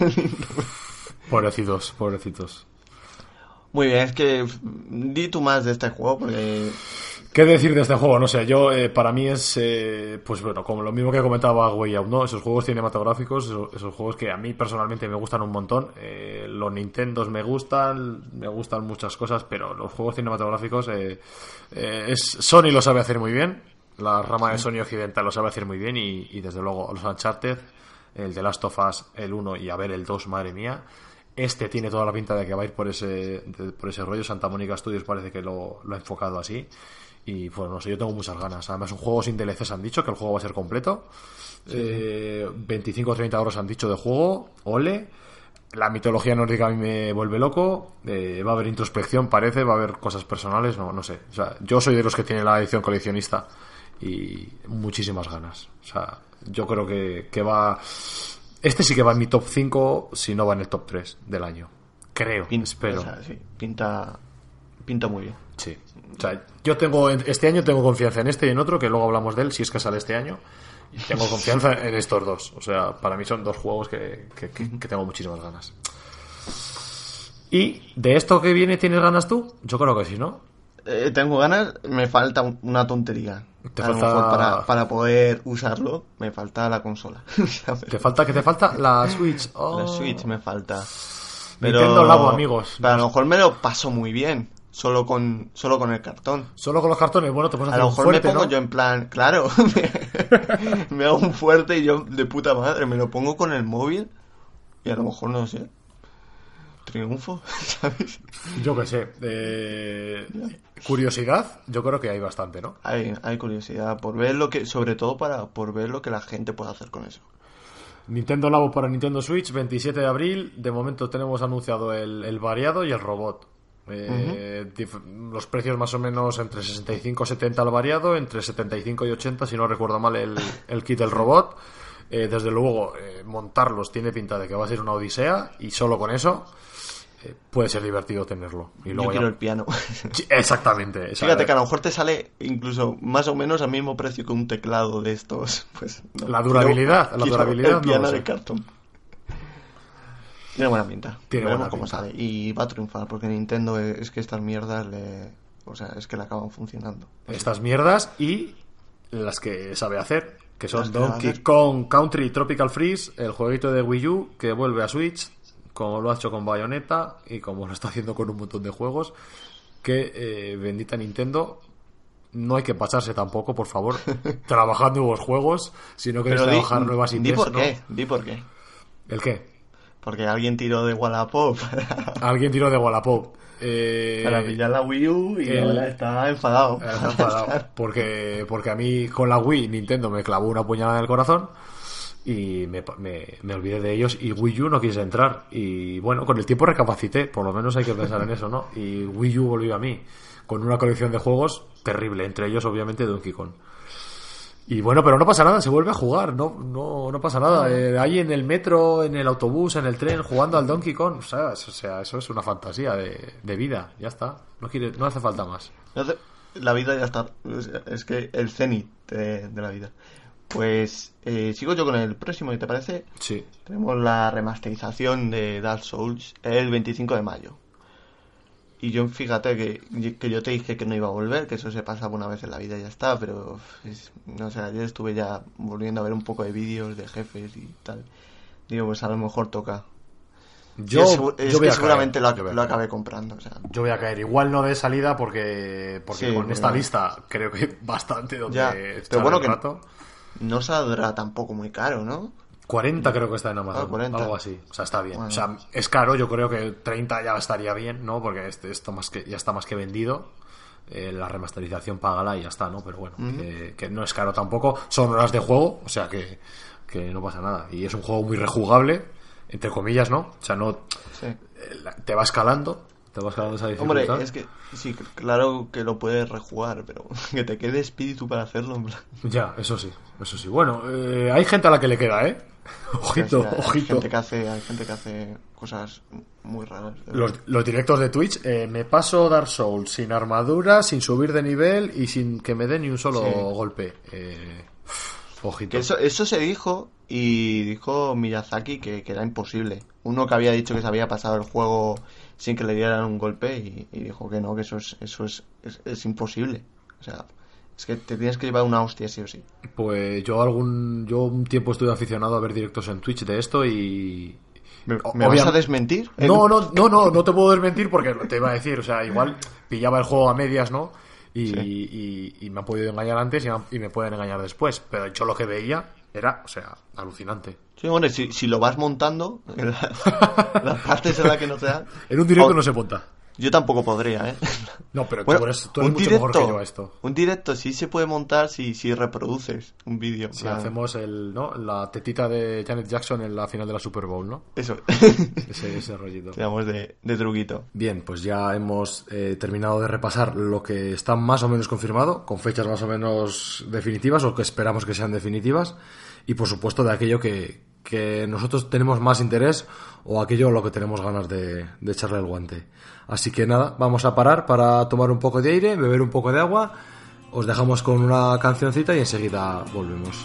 Pobrecitos. Muy bien, es que di tú más de este juego porque... ¿Qué decir de este juego? No sé, yo para mí es, pues bueno, como lo mismo que comentaba Way Out, ¿no? Esos juegos cinematográficos, esos juegos que a mí personalmente me gustan un montón. Los Nintendos me gustan muchas cosas, pero los juegos cinematográficos, Sony lo sabe hacer muy bien, la rama de Sony occidental lo sabe hacer muy bien y desde luego los Uncharted, el The Last of Us, el 1 y a ver el 2, madre mía. Este tiene toda la pinta de que va a ir por ese rollo. Santa Mónica Studios parece que lo ha enfocado así. Y pues no sé, yo tengo muchas ganas. Además, un juego sin DLCs han dicho que el juego va a ser completo. 25 o 30 euros han dicho de juego. Ole. La mitología nórdica a mí me vuelve loco. Va a haber introspección, parece. Va a haber cosas personales. No sé. O sea, yo soy de los que tiene la edición coleccionista. Y muchísimas ganas. O sea, yo creo que va... Este sí que va en mi top 5, si no va en el top 3 del año. Creo, espero. O sea, sí, pinta muy bien. Sí. O sea, este año tengo confianza en este y en otro, que luego hablamos de él, si es que sale este año. Y tengo confianza en estos dos. O sea, para mí son dos juegos que tengo muchísimas ganas. ¿Y de esto que viene tienes ganas tú? Yo creo que sí, ¿no? Tengo ganas, me falta una tontería. A lo mejor para poder usarlo me falta la consola. ¿Qué te falta? La Switch. Oh. La Switch me falta. Pero Nintendo Labo, amigos. Pero a lo mejor me lo paso muy bien. Solo con el cartón. Solo con los cartones, bueno, te puedes hacer un fuerte. A lo mejor me pongo, ¿no? Yo en plan, claro, me hago un fuerte y yo de puta madre me lo pongo con el móvil y a lo mejor no sé. Triunfo, ¿sabes? Yo qué sé. Curiosidad, yo creo que hay bastante, ¿no? Hay curiosidad por ver sobre todo por ver lo que la gente puede hacer con eso. Nintendo Labo para Nintendo Switch, 27 de abril. De momento tenemos anunciado el variado y el robot. Los precios más o menos entre 65 y 70 al variado, entre 75 y 80, si no recuerdo mal, el kit del robot. Desde luego, montarlos tiene pinta de que va a ser una odisea y solo con eso puede ser divertido tenerlo. Y luego yo quiero el piano. Exactamente. Fíjate que a lo mejor te sale incluso más o menos al mismo precio que un teclado de estos. Pues, no, la durabilidad el piano de cartón. Tiene buena pinta. Veremos cómo sale. Y va a triunfar, porque Nintendo es que estas mierdas es que le acaban funcionando. Estas mierdas y las que sabe hacer, que son Donkey Kong Country Tropical Freeze, el jueguito de Wii U que vuelve a Switch, como lo ha hecho con Bayonetta y como lo está haciendo con un montón de juegos, que bendita Nintendo, no hay que pasarse tampoco, por favor, trabajar nuevos juegos, sino que trabajar nuevas IPs. Di por qué. ¿El qué? Porque alguien tiró de Wallapop. Alguien tiró de Wallapop. Para pillar la Wii U y ahora está enfadado. Porque a mí con la Wii Nintendo me clavó una puñalada en el corazón y me olvidé de ellos y Wii U no quise entrar. Y bueno, con el tiempo recapacité, por lo menos hay que pensar en eso, ¿no? Y Wii U volvió a mí con una colección de juegos terrible, entre ellos obviamente Donkey Kong. Y bueno, pero no pasa nada, se vuelve a jugar, no pasa nada. Ahí en el metro, en el autobús, en el tren, jugando al Donkey Kong, o sea eso es una fantasía de vida, ya está. No hace falta más. La vida ya está, es que el cenit de la vida. Pues sigo yo con el próximo, ¿te parece? Sí. Tenemos la remasterización de Dark Souls el 25 de mayo. Y yo, fíjate que yo te dije que no iba a volver, que eso se pasaba una vez en la vida y ya está, pero no sé, ayer estuve ya volviendo a ver un poco de vídeos de jefes y tal. Digo, pues a lo mejor toca. Yo seguramente lo acabé comprando. O sea. Yo voy a caer, igual no de salida porque sí, con esta lista creo que hay bastante donde pero bueno, que no saldrá tampoco muy caro, ¿no? 40 creo que está en Amazon, 40. Algo así, o sea, está bien. Bueno. O sea, es caro, yo creo que 30 ya estaría bien, ¿no? Porque ya está más que vendido. La remasterización págala y ya está, ¿no? Pero bueno, que no es caro tampoco. Son horas de juego, o sea que no pasa nada. Y es un juego muy rejugable, entre comillas, ¿no? O sea, no sí. Te va escalando esa dificultad. Hombre, es que sí, claro que lo puedes rejugar, pero que te quede espíritu para hacerlo, en plan. Ya, eso sí. Bueno, hay gente a la que le queda, ¿eh? Ojito. Hay gente que hace cosas muy raras. Los directos de Twitch, me paso Dark Souls sin armadura, sin subir de nivel y sin que me dé ni un solo golpe. Ojito. Que eso se dijo y dijo Miyazaki que era imposible. Uno que había dicho que se había pasado el juego sin que le dieran un golpe y dijo que no, que eso es imposible. O sea, es que te tienes que llevar una hostia sí o sí. Pues yo un tiempo estuve aficionado a ver directos en Twitch de esto y... ¿Me vas a desmentir? No te puedo desmentir porque te iba a decir, o sea, igual pillaba el juego a medias, ¿no? Y me han podido engañar antes y me pueden engañar después, pero yo lo que veía era, o sea, alucinante. Sí, hombre, si lo vas montando, las partes en las que no te dan... En un directo no se monta. Yo tampoco podría, ¿eh? No, pero bueno, tú eres mucho mejor que yo a esto. Un directo sí se puede montar si reproduces un vídeo. Si hacemos la tetita de Janet Jackson en la final de la Super Bowl, ¿no? Eso. ese rollito. Digamos de truquito. Bien, pues ya hemos terminado de repasar lo que está más o menos confirmado, con fechas más o menos definitivas, o que esperamos que sean definitivas, y por supuesto de aquello que nosotros tenemos más interés o aquello a lo que tenemos ganas de echarle el guante. Así que nada, vamos a parar para tomar un poco de aire, beber un poco de agua, os dejamos con una cancioncita y enseguida volvemos.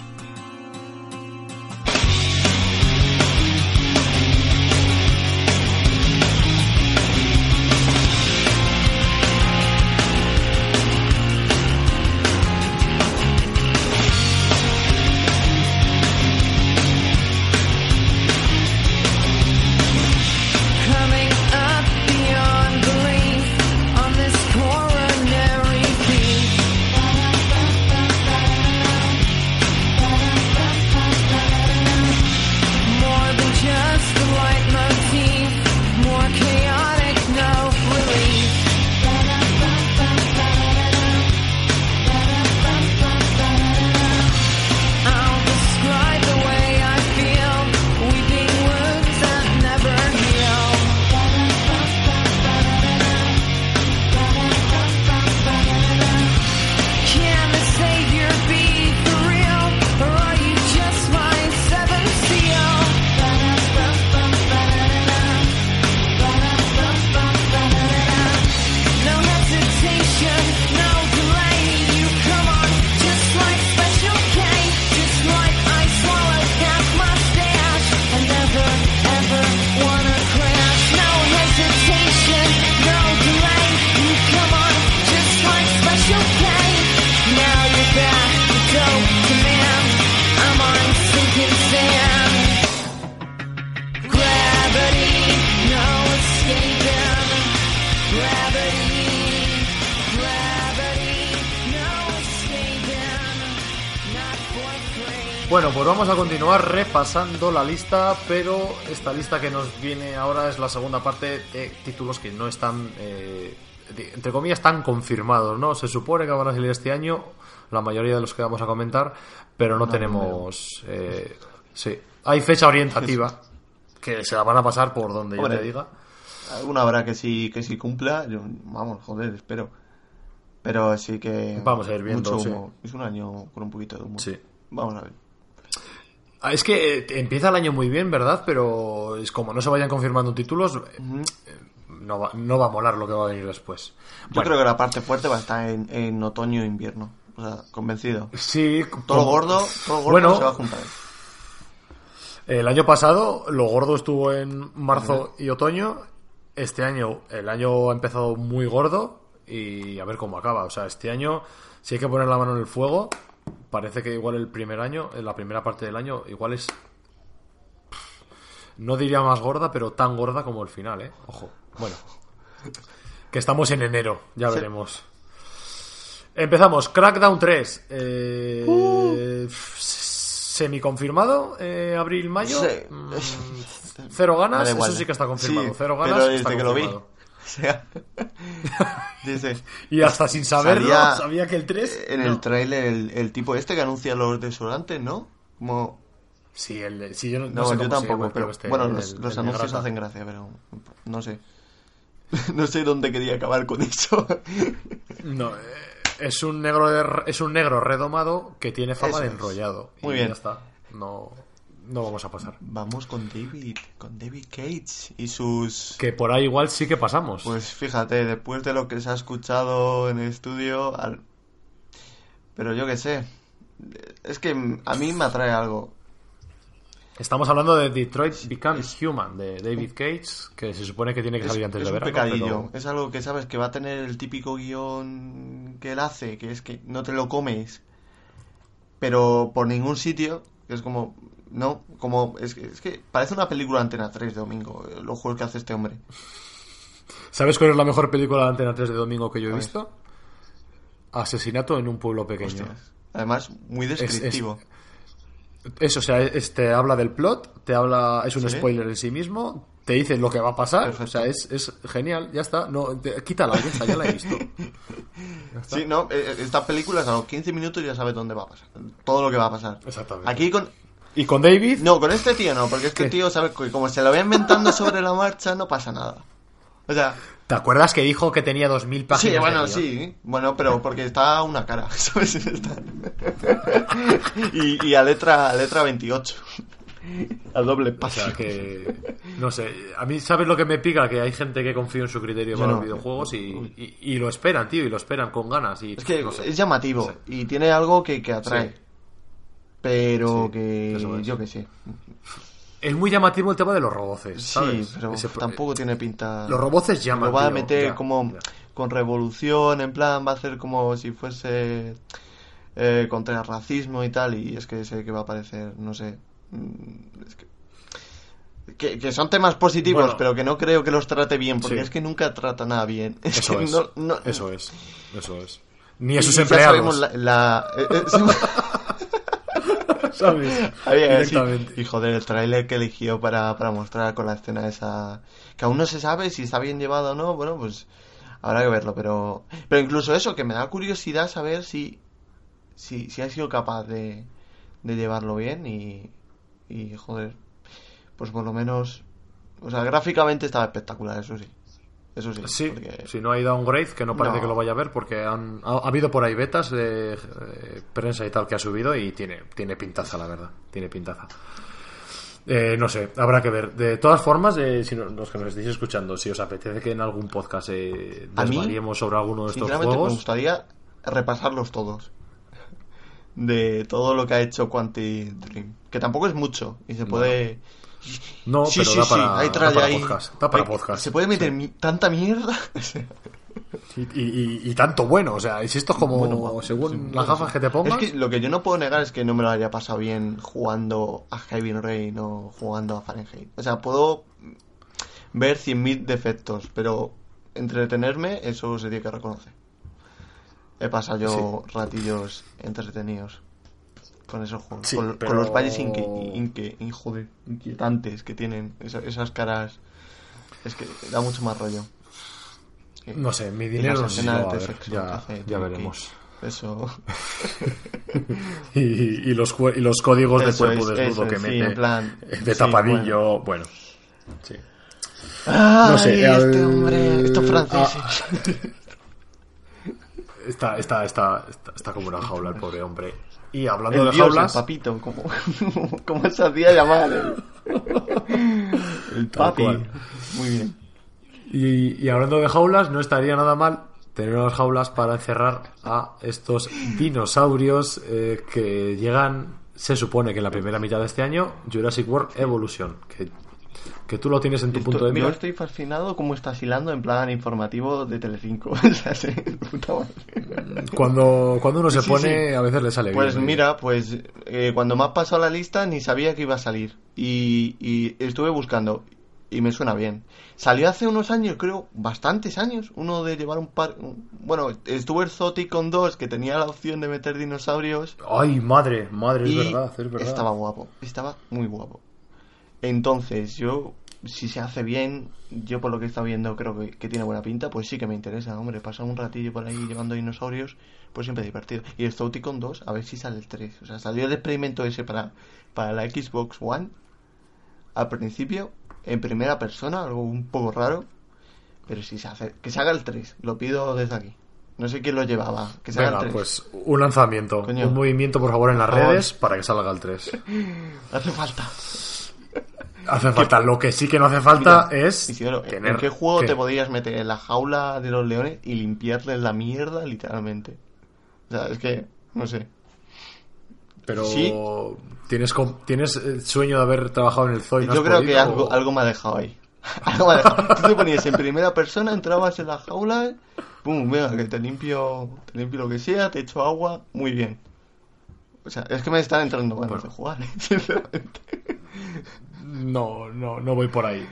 Bueno, pues vamos a continuar repasando la lista, pero esta lista que nos viene ahora es la segunda parte de títulos que no están, entre comillas, tan confirmados, ¿no? Se supone que van a salir este año, la mayoría de los que vamos a comentar, pero no tenemos... sí, hay fecha orientativa, que se la van a pasar por donde yo te diga. Alguna habrá que sí cumpla, vamos, joder, espero. Pero sí que... Vamos a ir viendo, mucho humo. Sí. Es un año con un poquito de humo. Sí. Vamos a ver. Es que empieza el año muy bien, ¿verdad? Pero es como no se vayan confirmando títulos, no va a molar lo que va a venir después. Yo creo que la parte fuerte va a estar en otoño e invierno. O sea, convencido. Sí. Todo lo gordo bueno, se va a juntar. El año pasado lo gordo estuvo en marzo y otoño. Este año el año ha empezado muy gordo y a ver cómo acaba. O sea, este año si hay que poner la mano en el fuego... Parece que igual el primer año, en la primera parte del año, igual es... No diría más gorda, pero tan gorda como el final, ¿eh? Ojo. Bueno. Que estamos en enero, ya veremos. Empezamos. Crackdown 3. Semi-confirmado. Abril-mayo. Sí. 0 ganas. Eso sí que está confirmado. Sí, 0 ganas. Pero desde está que confirmado. lo vi. O sea, dice, y hasta sin saberlo, sabía que el 3... En el tráiler, el tipo este que anuncia los desodorantes, ¿no? Como... Sí, yo no sé yo tampoco, llama, pero bueno, los anuncios hacen gracia, pero no sé. No sé dónde quería acabar con eso. No, es un negro redomado que tiene fama de enrollado. Muy bien. Ya está. No vamos a pasar. Vamos con David Cage y sus... Que por ahí igual sí que pasamos. Pues fíjate, después de lo que se ha escuchado en el estudio... Pero yo qué sé. Es que a mí me atrae algo. Estamos hablando de Detroit Become Human, de David Cage, que se supone que tiene que salir antes de verano. Es un pecadillo, pero... es algo que sabes que va a tener el típico guión que él hace, que es que no te lo comes, pero por ningún sitio, que es como... No, como... Es que parece una película de Antena 3 de domingo, los juegos que hace este hombre. ¿Sabes cuál es la mejor película de Antena 3 de domingo que yo he visto? Asesinato en un pueblo pequeño. Hostias. Además, muy descriptivo. Eso, o sea, te habla del plot, es un spoiler en sí mismo, te dice lo que va a pasar. Perfecto. O sea, es genial, ya está. No, quítala, ya la he visto. Sí, no, esta película a los 15 minutos ya sabes dónde va a pasar, todo lo que va a pasar. Exactamente. Aquí ¿Y con David? No, con este tío no, porque este tío, sabes, como se lo va inventando sobre la marcha, no pasa nada. O sea... ¿Te acuerdas que dijo que tenía 2000 páginas? Sí, bueno, sí. Bueno, pero porque está una cara, ¿sabes? y a letra 28. A doble paso. O sea que... No sé, a mí, ¿sabes lo que me pica? Que hay gente que confía en su criterio para los videojuegos y lo esperan, tío, y lo esperan con ganas. Y, es que no sé, es llamativo, no sé. Y tiene algo que atrae. Sí. Pero que... Yo que sé. Es muy llamativo el tema de los roboces, ¿sabes? Sí, pero tampoco tiene pinta... Los roboces llaman, lo va a meter con revolución, en plan, va a hacer como si fuese contra el racismo y tal, y es que sé que va a parecer, no sé... Es que son temas positivos, bueno, pero que no creo que los trate bien, porque es que nunca trata nada bien. Eso es. Eso es. Ni a sus y empleados. Ya sabemos ¿sabes? Y joder, el tráiler que eligió para mostrar con la escena esa, que aún no se sabe si está bien llevado o no, bueno, pues habrá que verlo, pero incluso eso, que me da curiosidad saber si ha sido capaz de llevarlo bien y joder, pues por lo menos, o sea, gráficamente estaba espectacular, eso sí. Sí, porque... si no hay downgrade, que no parece que lo vaya a ver, porque ha habido por ahí betas de prensa y tal que ha subido y tiene pintaza, la verdad, tiene pintaza. No sé, habrá que ver. De todas formas, si los que nos estéis escuchando, si os apetece que en algún podcast desvariemos sobre alguno de estos juegos, me gustaría repasarlos todos, de todo lo que ha hecho Quantic Dream, que tampoco es mucho y se puede... No, sí, pero da para podcast. Da para podcast. Se puede meter tanta mierda. y tanto bueno. O sea, si esto es como según las gafas que te pongas. Es que lo que yo no puedo negar es que no me lo haya pasado bien jugando a Heavy Rain o jugando a Fahrenheit. O sea, puedo ver 100.000 defectos, pero entretenerme, eso se tiene que reconocer. He pasado yo ratillos entretenidos con esos juegos, con los valles inquietantes que tienen esas caras. Es que da mucho más rollo. No sé, mi dinero no sé si lo va a ver. Ya veremos. Eso. y los códigos de cuerpo desnudo que mete en plan, de tapadillo, bueno. Sí. No sé, este hombre, estos franceses. Está como una jaula el pobre hombre. Y hablando de Dios, jaulas, el papito, como se hacía llamar el papi. Muy bien. Y hablando de jaulas, no estaría nada mal tener unas jaulas para encerrar a estos dinosaurios que llegan, se supone que en la primera mitad de este año, Jurassic World Evolution, que tú lo tienes en tu punto de mira. Yo estoy fascinado cómo estás hilando en plan informativo de Telecinco. O sea, sí, puta madre. Cuando uno se pone, a veces le sale pues bien. Pues mira, cuando me has pasado la lista ni sabía que iba a salir. Y estuve buscando y me suena bien. Salió hace unos años, creo, bastantes años, uno de llevar un par... Bueno, estuvo el Zoticon 2, que tenía la opción de meter dinosaurios. ¡Ay, madre, es verdad. Estaba guapo, estaba muy guapo. Entonces, si se hace bien, yo por lo que he estado viendo creo que tiene buena pinta, pues sí que me interesa, hombre, pasar un ratillo por ahí llevando dinosaurios, pues siempre divertido. Y el Zoticon 2, a ver si sale el 3. O sea, salió el experimento ese para la Xbox One al principio, en primera persona, algo un poco raro, pero si se hace, que se haga el 3, lo pido desde aquí. No sé quién lo llevaba, que se haga el 3. Pues un lanzamiento, coño, un movimiento por favor en las redes para que salga el 3. Hace falta. Lo que sí que no hace falta es Isidoro, tener... ¿En qué juego te podrías meter en la jaula de los leones y limpiarles la mierda literalmente? O sea, es que, no sé. Pero Sí. ¿tienes el sueño de haber trabajado en el zoo y no Yo has creo que podido, algo me ha dejado ahí. Algo me ha dejado. Tú te ponías en primera persona, entrabas en la jaula, pum, venga, que te limpio lo que sea, te echo agua, muy bien. O sea, es que me están entrando ganas de jugar, sinceramente. No voy por ahí,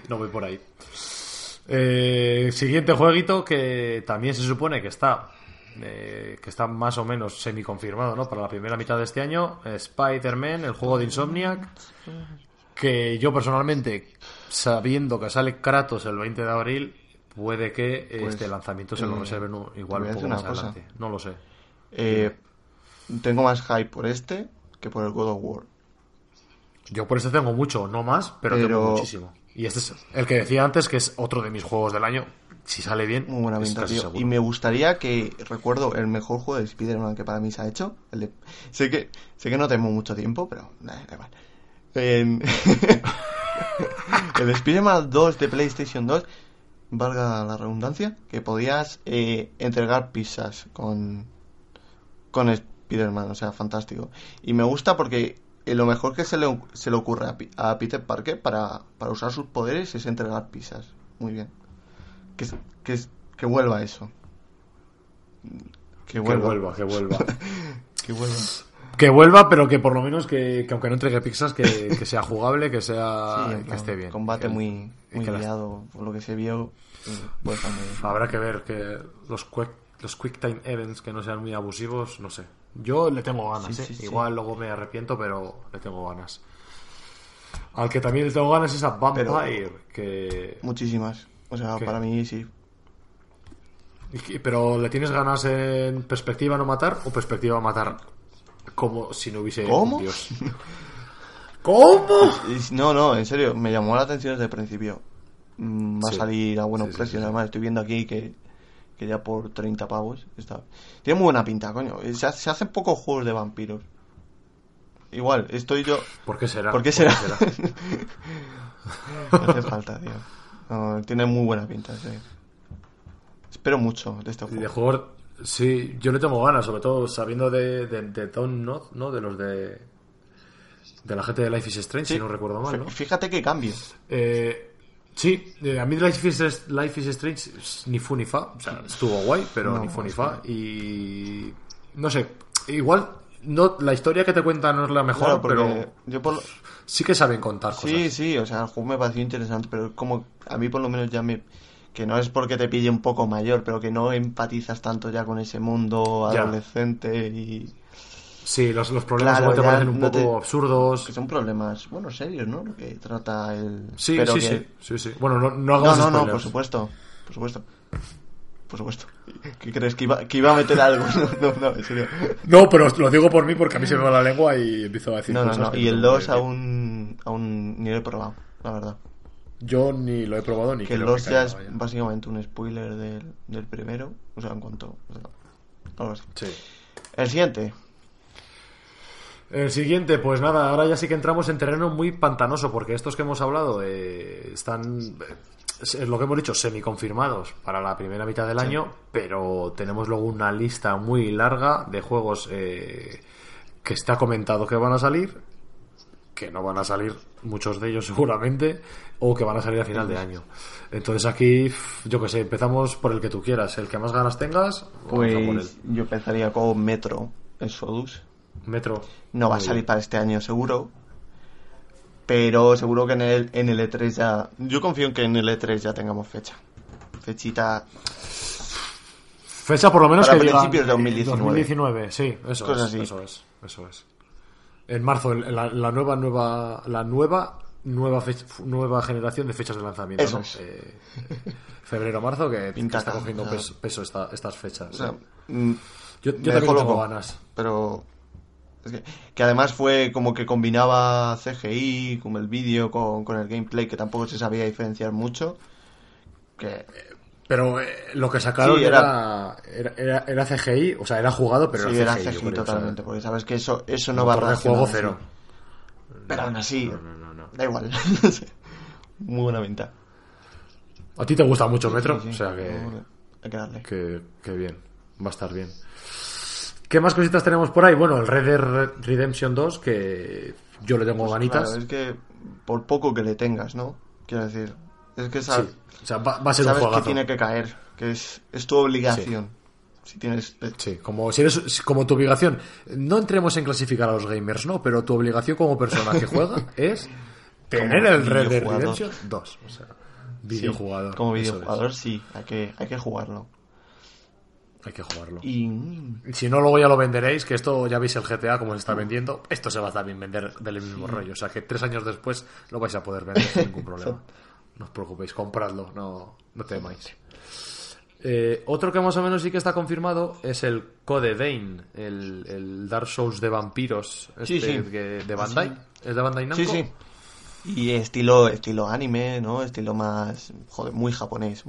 siguiente jueguito que también se supone que está más o menos semi-confirmado, ¿no? Para la primera mitad de este año, Spider-Man, el juego de Insomniac, que yo personalmente, sabiendo que sale Kratos el 20 de abril, puede que Pues, este lanzamiento se lo reserven igual te voy a un poco decir más una cosa. adelante. No lo sé. Tengo más hype por este que por el God of War. Yo por este tengo mucho, no más, pero tengo muchísimo. Y este es el que decía antes, que es otro de mis juegos del año. Si sale bien, Muy buena es pinta, casi tío. seguro. Y me gustaría que, recuerdo el mejor juego de Spider-Man que para mí se ha hecho. Sé que no tenemos mucho tiempo, pero da igual. El Spider-Man 2 de PlayStation 2, valga la redundancia, que podías entregar pizzas con Spider-Man, o sea, fantástico. Y me gusta porque lo mejor que se le ocurre a Peter Parker para usar sus poderes es entregar pizzas. Muy bien. Que vuelva eso. Que vuelva. Que vuelva. Que vuelva. Que vuelva, pero que por lo menos que aunque no entregue pizzas, que sea jugable, que sea Sí, que esté bien. Combate Que- muy y que las- guiado, por lo que se vio. Puede estar muy bien. Habrá que ver que los quick time events que no sean muy abusivos, no sé. Yo le tengo ganas, Sí, sí. Igual luego me arrepiento, pero le tengo ganas. Al que también le tengo ganas es a Vampire, que Muchísimas. O sea, ¿Qué? para mí sí. pero ¿le tienes ganas en perspectiva no matar o perspectiva matar como si no hubiese ¿Cómo? un dios? ¿Cómo? No, en serio, me llamó la atención desde el principio. Va a Sí. salir a buenos Sí, precios. sí. Además, estoy viendo aquí que ya por 30 pavos está. Tiene muy buena pinta, coño. Se hacen pocos juegos de vampiros. Igual, estoy yo. ¿Por qué será? ¿Por qué será? No hace falta, tío. No, tiene muy buena pinta, sí. Espero mucho de este Y de juego. juegos, sí, yo le tengo ganas, sobre todo sabiendo de Dontnod, ¿no? De los de la gente de Life is Strange, Sí. si no recuerdo mal, ¿no? Fíjate que cambio. Sí, a mí Life is Strange ni fu ni fa, o sea, estuvo guay, pero No, ni fu ni es fa, y no sé, igual no, la historia que te cuenta no es la mejor, Claro, porque pero yo por lo- sí que saben contar cosas. Sí, o sea, el juego me pareció interesante, pero es como a mí por lo menos ya que no es porque te pille un poco mayor, pero que no empatizas tanto ya con ese mundo Ya. adolescente y Sí, los problemas Claro, igual te ya parecen un no poco te- absurdos. que son problemas, bueno, serios, ¿no? Lo que trata el Sí, pero sí, que- sí. Bueno, no hagamos No, spoilers. por supuesto. ¿Qué crees que iba a meter algo? No, en serio. No, pero lo digo por mí porque a mí se me va la lengua y empiezo a decir No, cosas que y no el tengo 2 que decir. aún ni lo he probado, la verdad. Yo ni lo he probado ni Que el creo 2 que ya caiga, es vaya. básicamente un spoiler del primero, o sea, en cuanto, o sea, algo así. Sí. El siguiente. El siguiente, pues nada, ahora ya sí que entramos en terreno muy pantanoso, porque estos que hemos hablado están, es lo que hemos dicho, semi-confirmados para la primera mitad del año, pero tenemos luego una lista muy larga de juegos que está comentado que van a salir, que no van a salir muchos de ellos seguramente, o que van a salir a final de año. Entonces aquí, yo que sé, empezamos por el que tú quieras, el que más ganas tengas, vamos a por él. Pues yo empezaría con Metro Exodus. Metro. No va a Muy salir bien. para este año seguro. Pero seguro que en el E3 ya... Yo confío en que en el E3 ya tengamos fecha. Fechita... Fecha por lo menos Para que digan, principios de 2019. 2019, sí, eso Cosas es, así. eso es. En marzo, la nueva generación de fechas de lanzamiento, Eso ¿no? es. Febrero-marzo, que Pintaza, está cogiendo o sea, peso estas fechas. O sea, ¿eh? Yo me también dejó tengo loco, ganas. Pero... Es que además fue como que combinaba CGI, como el vídeo con el gameplay, que tampoco se sabía diferenciar mucho. Que... Pero lo que sacaron Sí, era CGI, o sea, era jugado, pero sí, era era CGI. CGI yo creo, totalmente, o sea, porque sabes que eso no va a motor de reaccionar juego así. cero. Pero aún así, No. da igual. Muy buena venta. A ti te gusta mucho Metro, Sí, o sea que... Hay que darle. Que bien, va a estar bien. ¿Qué más cositas tenemos por ahí? Bueno, el Red Dead Redemption 2, que yo le tengo ganitas. Claro, es que por poco que le tengas, ¿no? Quiero decir, es que Sí. O sea, va a ser un sabes juegazo. que tiene que caer, que es tu obligación. Si tienes... Sí, como si eres como tu obligación. No entremos en clasificar a los gamers, ¿no? Pero tu obligación como persona que juega es tener el Red Dead videojugador. Redemption 2. O sea, videojugador. Sí, como eso videojugador es. sí, hay que jugarlo. Hay que jugarlo. Y Si no, luego ya lo venderéis, que esto ya veis el GTA como se está vendiendo. Esto se va a también vender del mismo rollo. O sea, que 3 años después lo vais a poder vender sin ningún problema. No os preocupéis, compradlo, no temáis. Otro que más o menos sí que está confirmado es el Code Vein, el Dark Souls de vampiros Sí. de Bandai. ¿Es de Bandai Namco? sí. Y estilo anime, ¿no? Estilo más, joder, muy japonés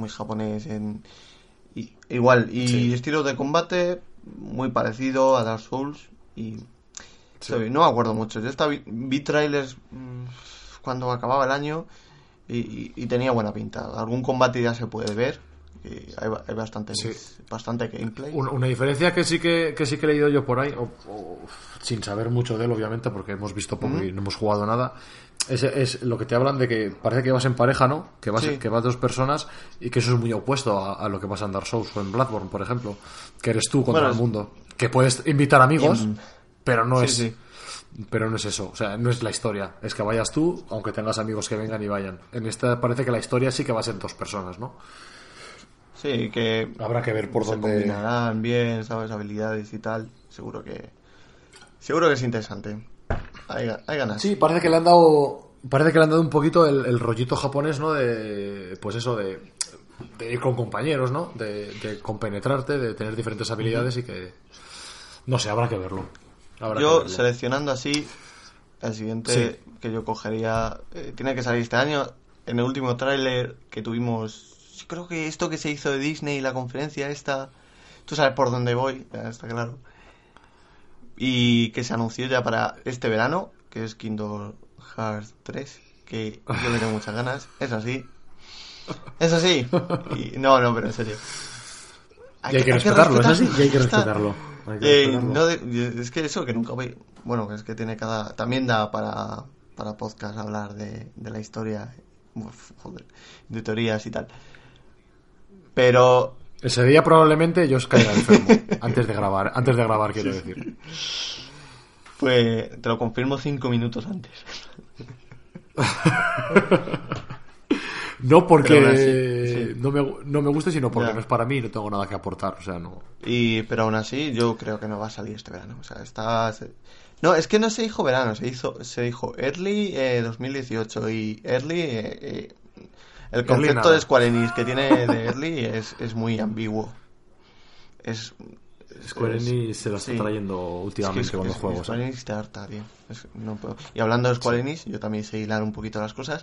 igual, y Sí. estilo de combate muy parecido a Dark Souls y no me acuerdo mucho. Yo vi trailers cuando acababa el año y tenía buena pinta. Algún combate ya se puede ver. Y hay bastante gameplay. Una diferencia que sí que he leído yo por ahí, sin saber mucho de él, obviamente, porque hemos visto poco y no hemos jugado nada, es lo que te hablan de que parece que vas en pareja, ¿no? Que vas 2 personas y que eso es muy opuesto a lo que pasa en Dark Souls o en Bloodborne, por ejemplo, que eres tú contra el mundo, que puedes invitar amigos, pero no es... Sí. Pero no es eso, o sea, no es la historia. Es que vayas tú, aunque tengas amigos que vengan y vayan. En esta parece que la historia sí que va a ser 2 personas, ¿no? Sí, que Habrá que ver por se dónde... combinarán bien, ¿sabes? Habilidades y tal. Seguro que es interesante. Hay ganas. Sí, parece que le han dado un poquito el rollito japonés, ¿no? De, pues eso, de ir con compañeros, ¿no? De compenetrarte, de tener diferentes habilidades y que... No sé, habrá que verlo. Yo, seleccionando así, el siguiente que yo cogería... tiene que salir este año. En el último tráiler que tuvimos... Creo que esto que se hizo de Disney, la conferencia esta... Tú sabes por dónde voy, ya está claro. Y que se anunció ya para este verano, que es Kingdom Hearts 3, que yo le tengo muchas ganas. Es así. Y, no, pero en serio. Y hay que respetarlo, es así, y hay que respetarlo. Es que eso, que nunca voy... Bueno, es que tiene también da para podcast hablar de la historia, joder, de teorías y tal. Pero... Ese día probablemente yo os caiga enfermo antes de grabar quiero decir. Pues te lo confirmo 5 minutos antes. No porque no me guste, sino porque ya. no es para mí y no tengo nada que aportar, o sea, no. Pero aún así yo creo que no va a salir este verano, o sea, no, es que no se dijo verano, se dijo early 2018 y early el concepto de Square Enix que tiene de early es muy ambiguo. Square Enix se lo está trayendo últimamente con los juegos. Square Enix te harta, tío. No puedo. Y hablando de Square Enix, yo también sé hilar un poquito las cosas.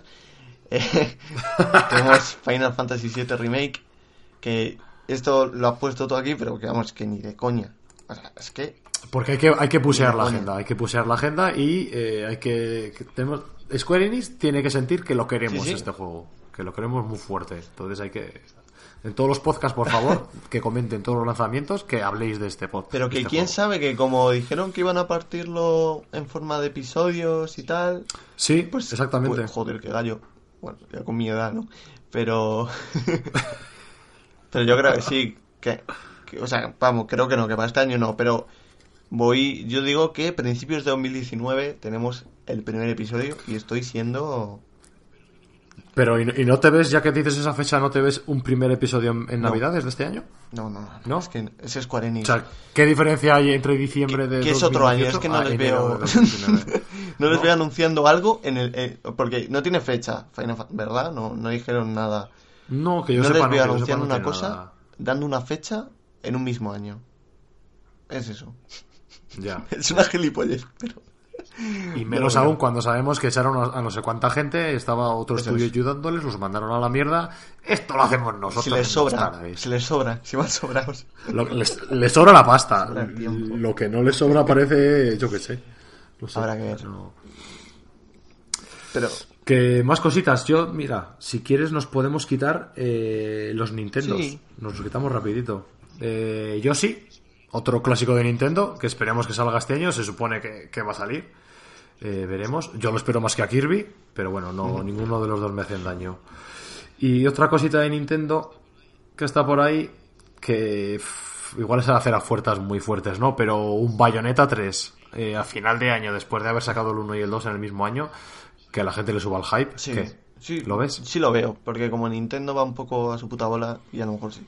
Tenemos Final Fantasy VII Remake, que esto lo has puesto todo aquí, pero que vamos, que ni de coña. O sea, es que... Porque hay que pusear la agenda, y tenemos... Square Enix tiene que sentir que lo queremos este juego, que lo queremos muy fuerte. Entonces hay que... En todos los podcasts, por favor, que comenten todos los lanzamientos, que habléis de este podcast. Pero que quién sabe que como dijeron que iban a partirlo en forma de episodios y tal... Sí, pues exactamente. Pues, joder, qué gallo. Bueno, ya con mi edad, ¿no? Pero... pero yo creo que sí, que... O sea, vamos, creo que no, que para este año no, pero... Yo digo que principios de 2019 tenemos el primer episodio y estoy siendo... Pero, ¿y no te ves, ya que dices esa fecha, no te ves un primer episodio en Navidades de este año? No. Es que es Square Enix. O sea, ¿qué diferencia hay entre diciembre de 2018? Que es otro año, es que no les veo... no les veo anunciando algo en el... porque no tiene fecha, ¿verdad? No dijeron nada. No, que yo no sepa, les veo no, anunciando no una cosa, nada. dando una fecha en un mismo año. Es eso. Ya. Es una gilipollez, pero... Y menos aún cuando sabemos que echaron a no sé cuánta gente, estaba otro estudio ayudándoles, los mandaron a la mierda. Esto lo hacemos nosotros. Si les sobra, si van sobrados. Les sobra la pasta. Lo que no les sobra parece, yo qué sé. No sé. Habrá que ver. Pero... Que más cositas. Yo, mira, si quieres nos podemos quitar los Nintendos. Sí. Nos los quitamos rapidito. Yoshi, Otro clásico de Nintendo, que esperemos que salga este año. Se supone que va a salir. Veremos. Yo lo espero más que a Kirby, pero bueno, no, ninguno de los dos me hacen daño. Y otra cosita de Nintendo que está por ahí, que igual es hacer ofertas muy fuertes, ¿no? Pero un Bayonetta 3 a final de año, después de haber sacado el 1 y el 2 en el mismo año, que a la gente le suba el hype. Sí, ¿Qué? sí, ¿Lo ves? Sí lo veo, porque como Nintendo va un poco a su puta bola, y a lo mejor sí.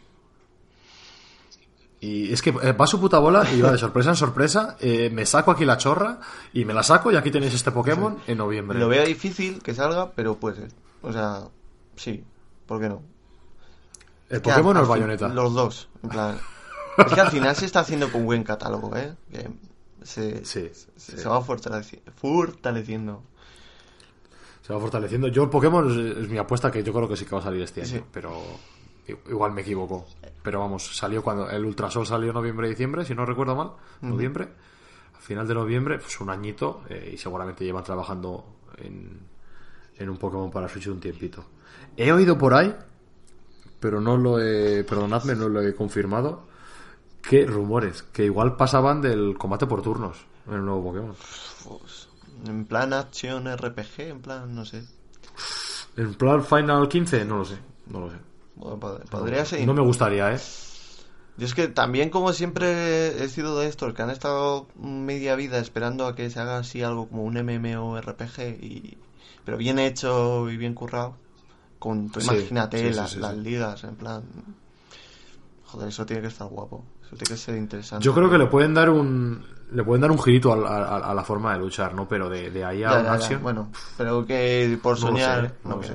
Y es que va a su puta bola y va de sorpresa en sorpresa. Me saco aquí la chorra y me la saco, y aquí tenéis este Pokémon en noviembre. Lo veo difícil que salga, pero puede ser. O sea, sí, ¿por qué no? ¿El Pokémon o el Bayonetta? Los dos, en plan. Es que al final se está haciendo con buen catálogo, ¿eh? Que se va fortaleciendo. Se va fortaleciendo. Yo el Pokémon es mi apuesta, que yo creo que sí que va a salir este año, Sí. pero igual me equivoco. Pero vamos, salió cuando el Ultrasol salió en noviembre-diciembre, si no recuerdo mal, noviembre. A final de noviembre, pues un añito, y seguramente llevan trabajando en un Pokémon para Switch un tiempito. He oído por ahí, pero no lo he, perdonadme, no lo he confirmado, que rumores, que igual pasaban del combate por turnos en el nuevo Pokémon. Pues, en plan acción RPG, en plan, no sé. En plan Final 15, no lo sé. Bueno, podría ser. No me gustaría, Yo es que también, como siempre he sido de estos que han estado media vida esperando a que se haga así algo como un MMORPG, pero bien hecho y bien currado. Tú imagínate las ligas, en plan. Joder, eso tiene que estar guapo. Eso tiene que ser interesante. Yo creo que le pueden dar un girito a la forma de luchar, ¿no? Pero de ahí a una acción. Bueno, pero que por soñar. No lo sé.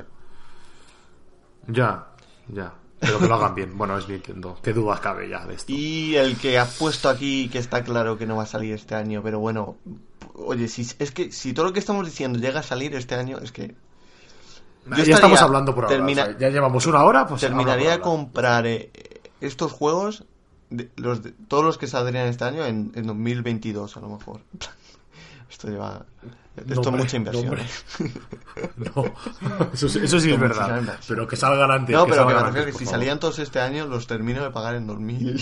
Ya. Pero que lo hagan bien. Bueno, es Nintendo. ¿Qué dudas cabe ya de esto? Y el que ha puesto aquí, que está claro que no va a salir este año, pero bueno, oye, es que si todo lo que estamos diciendo llega a salir este año, es que ya estamos hablando por ahora. O sea, ya llevamos una hora, pues terminaría de comprar estos juegos, todos los que saldrían este año en 2022, a lo mejor. Esto es mucha inversión. No, eso sí es verdad. Pero que salgan antes. No, pero que me refiero que si salían todos este año, los termino de pagar en 2000.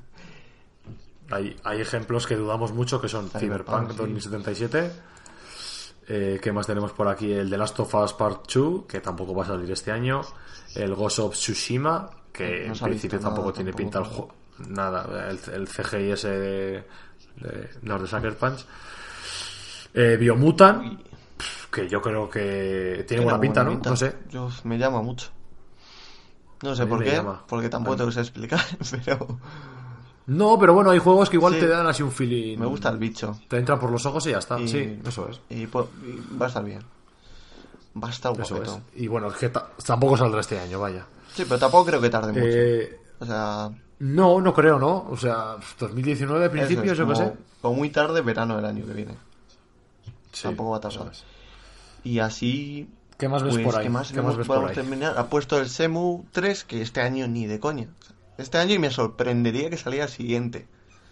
Hay ejemplos que dudamos mucho, que son Cyberpunk 2077. ¿Qué más tenemos por aquí? El The Last of Us Part 2, que tampoco va a salir este año. El Ghost of Tsushima, que en principio tampoco tiene pinta el juego. Nada, el CGI ese de Sucker Punch. Biomutant, que yo creo que tiene buena pinta, ¿no? No sé. Me llama mucho. No sé por qué, porque tampoco te lo sé explicar, pero... No, pero bueno, hay juegos que igual te dan así un feeling. Me gusta el bicho. Te entra por los ojos y ya está. Sí, eso es. Y va a estar bien. Va a estar guapo. Y bueno, es que tampoco saldrá este año, vaya. Sí, pero tampoco creo que tarde mucho. O sea... No creo, ¿no? O sea, 2019 de principios, yo qué sé. O muy tarde, verano del año que viene. Sí, tampoco va a tardar. Y así... ¿Qué más ves por ahí? ¿Qué más ves por ahí? Terminar. Ha puesto el Shenmue 3, que este año ni de coña. Este año, y me sorprendería que saliera el siguiente.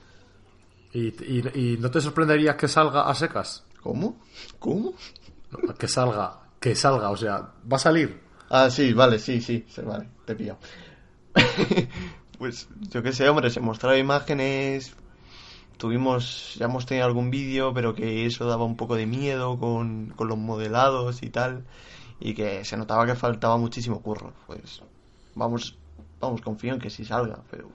¿Y no te sorprendería que salga a secas? ¿Cómo? No, que salga, o sea, ¿va a salir? Ah, sí, vale, vale, te he pillado. Pues, yo qué sé, hombre, se mostraron imágenes, ya hemos tenido algún vídeo, pero que eso daba un poco de miedo con los modelados y tal, y que se notaba que faltaba muchísimo curro. Pues, vamos, confío en que sí salga, pero...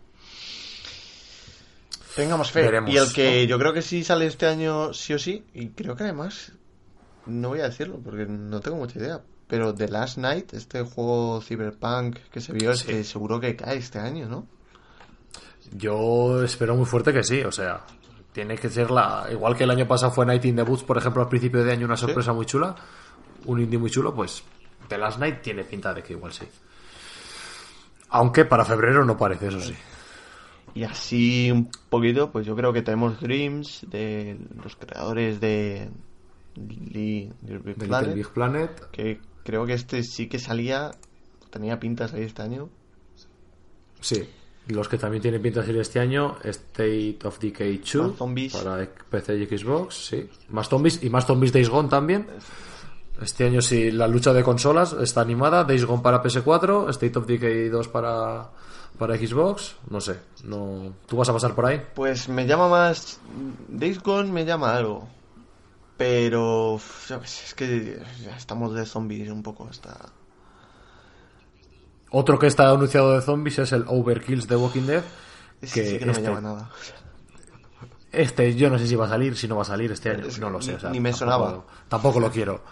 Tengamos fe. Veremos, y el que yo creo que sí sale este año sí o sí, y creo que además, no voy a decirlo porque no tengo mucha idea, pero The Last Night, este juego Cyberpunk que se vio, es que seguro que cae este año, ¿no? Yo espero muy fuerte que sí, o sea, tiene que ser igual que el año pasado fue Night in the Woods, por ejemplo, al principio de año, una sorpresa muy chula, un indie muy chulo, pues The Last Night tiene pinta de que igual sí. Aunque para febrero no parece, eso sí. Y así un poquito, pues yo creo que tenemos Dreams de los creadores de Little Big Planet, que creo que este sí que tenía pinta de salir este año. Sí, los que también tienen pinta de salir este año, State of Decay 2 para PC y Xbox, sí. Más zombies Days Gone también. Este año sí, la lucha de consolas está animada. Days Gone para PS4, State of Decay 2 para Xbox. No sé, no. ¿Tú vas a pasar por ahí? Pues me llama más... Days Gone me llama algo. Pero... es que ya estamos de zombies un poco hasta... Otro que está anunciado de zombies es el Overkills de Walking Dead. Que sí que no me llama nada. Yo no sé si va a salir, si no va a salir este año. No lo sé. Ni me sonaba. Tampoco lo quiero.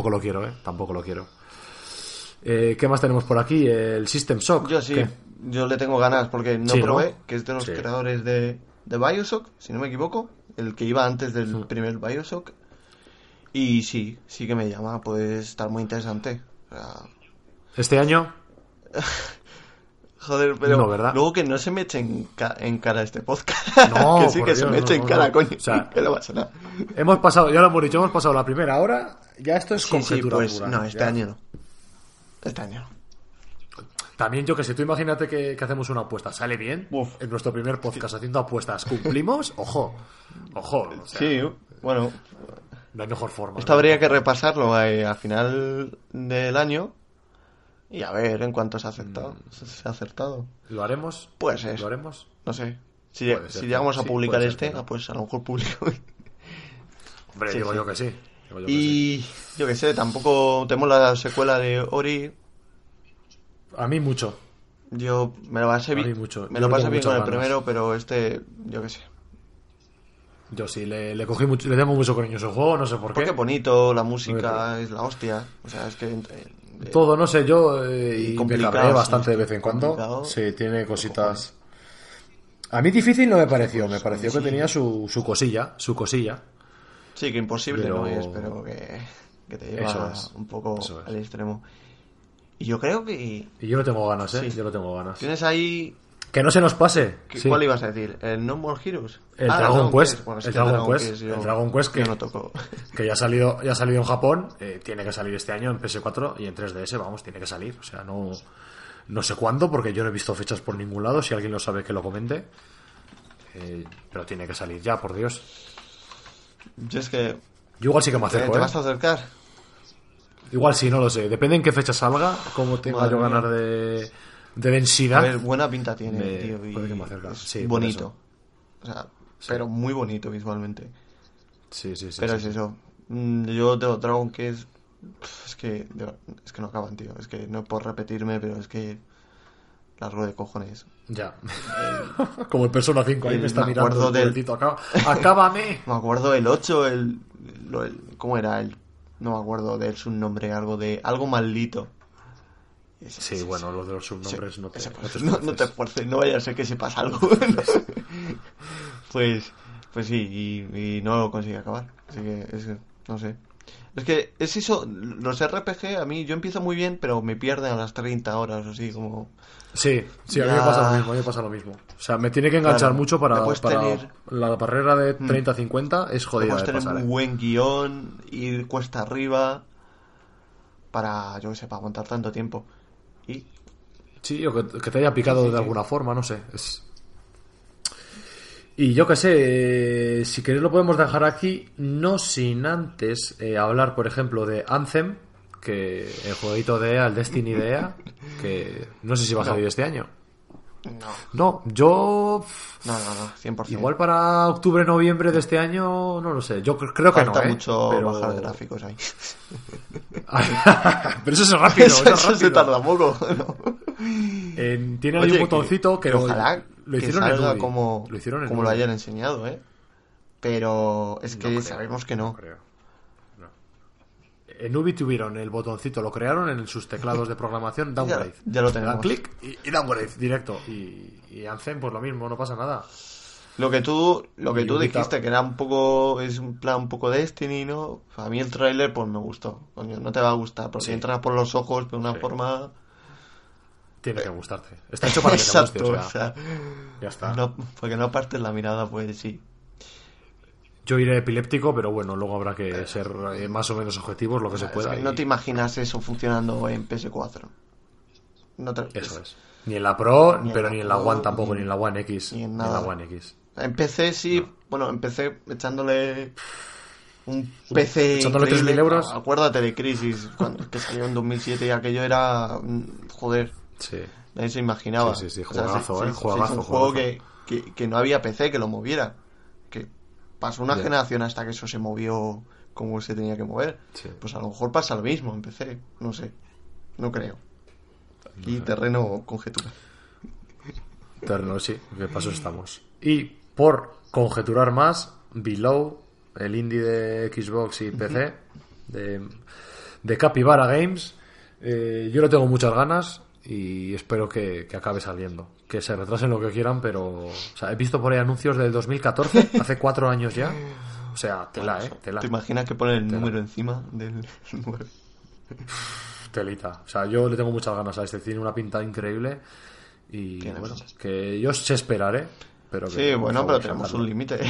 ¿Qué más tenemos por aquí? El System Shock. Yo sí. ¿Qué? Yo le tengo ganas porque no Sí, probé, ¿no? que es de los creadores de Bioshock, si no me equivoco. El que iba antes del primer Bioshock. Y sí que me llama. Puede estar muy interesante. O sea... ¿Este año? Joder, pero no, ¿verdad? Luego que no se me eche en cara este podcast. No, que sí que Dios, se me eche en cara, coño. O sea, que no pasa nada. Hemos pasado, ya lo hemos dicho, hemos pasado la primera hora. Ya esto es Sí, conjetura pues pura. no, este Ya. año no. Este año no. También yo que sé, tú imagínate que hacemos una apuesta, ¿sale bien? Uf. En nuestro primer podcast haciendo apuestas, ¿cumplimos? Ojo. O sea, Sí, bueno. no hay mejor forma. Esto habría que repasarlo a final del año y a ver en cuánto se ha acertado. Se ha acertado. ¿Lo haremos? Puede ser. ¿Lo haremos? No sé. Si Puede ser, llegamos a sí, publicar puede ser, este, ¿no? pues a lo mejor publico. Hombre, Sí, digo sí. yo que sí. Y yo que sé, tampoco tenemos la secuela de Ori. A mí mucho. Yo me lo pasé A mí bien. mucho. Me Yo lo pasé tengo bien con el muchas ganas. primero, pero este, yo que sé. Yo sí, le cogí mucho, le tengo mucho cariño a ese juego, no sé por qué. Porque bonito, la música es la hostia. O sea, es que... Todo, no sé, yo y me complicado, cabreé sí, bastante sí, de vez en cuando. complicado. Sí, tiene cositas. A mí difícil no me pareció, me pareció que sí. tenía su cosilla. Sí, que imposible Pero- no es, pero que te lleva Eso es, un poco eso es. al extremo. Y yo creo que Y yo lo tengo ganas, Sí. yo lo tengo ganas. tienes ahí... Que no se nos pase. Sí. ¿Cuál ibas a decir? ¿El No More Heroes? El Dragon Quest. Bueno, es El que Dragon Quest. yo- El Dragon Quest yo que- no toco. Que ya ha salido en Japón, tiene que salir este año en PS4 y en 3DS, vamos, tiene que salir. O sea, no sé cuándo, porque yo no he visto fechas por ningún lado. Si alguien lo sabe, que lo comente. Pero tiene que salir ya, por Dios. Yo es que... Yo igual sí que me acerco, ¿Te vas a acercar? Igual sí, no lo sé. Depende en qué fecha salga, cómo tenga Madre yo mía. ganas de densidad. A ver, buena pinta tiene, Me- tío. Y puede que me acerque. es Sí, por bonito. O sea, pero muy bonito visualmente. Sí. Pero sí. es eso. Yo de Dragon Quest... Es que no acaban, tío. Es que no por repetirme, pero es que... Largo de cojones. Ya. Como el Persona 5 ahí me está me mirando. acuerdo El del- pobrecito, ¡Acábame! Me acuerdo el 8, ¿cómo era? No me acuerdo de su nombre, algo maldito. Sí, bueno, los de los subnombres no te no te esfuerces, no vaya a ser que sepas algo. Pues sí, y no lo consigue acabar. Así que, no sé. Es que es eso, los RPG a mí, yo empiezo muy bien, pero me pierden a las 30 horas o así, como... Sí, a mí me Ya. pasa lo mismo, O sea, me tiene que enganchar Claro, mucho para puedes tener- la barrera de 30-50 es jodida Puedes de tener pasar. un buen guión, ir cuesta arriba, para, yo qué sé, para aguantar tanto tiempo. Y Sí, o que te haya picado Sí. de alguna forma, no sé. Y yo qué sé, si queréis lo podemos dejar aquí, no sin antes hablar, por ejemplo, de Anthem, que el jueguito de EA, el Destiny de EA, que no sé si va a salir este año. No, yo... No, 100%. Igual para octubre, noviembre de este año, no lo sé. Yo creo que Falta no, mucho Pero... bajar gráficos ahí. Pero eso es rápido, Eso es rápido. se tarda poco, ¿no? Tiene ahí Oye, un botoncito que ojalá lo que hicieron en salga Ubi. como Lo hicieron en lo Ubi. hayan enseñado, pero es que creo, sabemos que no. creo. No. En Ubi tuvieron el botoncito, lo crearon en sus teclados de programación, downgrade. Ya lo Le dan tenemos. clic y downgrade directo. Y Anthem, pues lo mismo, no pasa nada. Lo que tú Y dijiste, que era un poco, es un plan un poco Destiny, ¿no? A mí el tráiler pues me gustó. Coño, no te va a gustar, porque Sí. entras por los ojos de una Sí. forma... Tiene que gustarte. Está hecho para que te guste, Exacto, o sea, ya está. no, porque no apartes la mirada, pues sí. Yo iré epiléptico, pero bueno, luego habrá que ser más o menos objetivos lo que se Es pueda. que no y- te imaginas eso funcionando en PS4. No te- Eso es. Ni en la Pro, Ni en pero la ni en la Pro, One tampoco, ni- ni en la One X. ni en Ni en la nada. One X. En PC sí, bueno, empecé echándole un PC echándole 3.000 euros. Acuérdate de Crisis, que salió en 2007 y aquello era... Joder. Sí. Nadie se imaginaba. Sí, juegazo, juegazo. Un juego que no había PC que lo moviera. Que pasó una generación hasta que eso se movió como se tenía que mover. Sí. Pues a lo mejor pasa lo mismo en PC. No sé. No creo. Aquí terreno conjetura. Terreno, sí. ¿Qué paso estamos? Y por conjeturar más, Below, el indie de Xbox y PC, de Capybara Games, yo le tengo muchas ganas y espero que acabe saliendo. Que se retrasen lo que quieran, pero... O sea, he visto por ahí anuncios del 2014, hace 4 años ya. O sea, tela, tela. ¿Te imaginas que ponen el número encima del número? Telita. O sea, yo le tengo muchas ganas a este. Tiene una pinta increíble y bueno, que yo sé esperar, pero que, sí, bueno, pero tenemos un límite.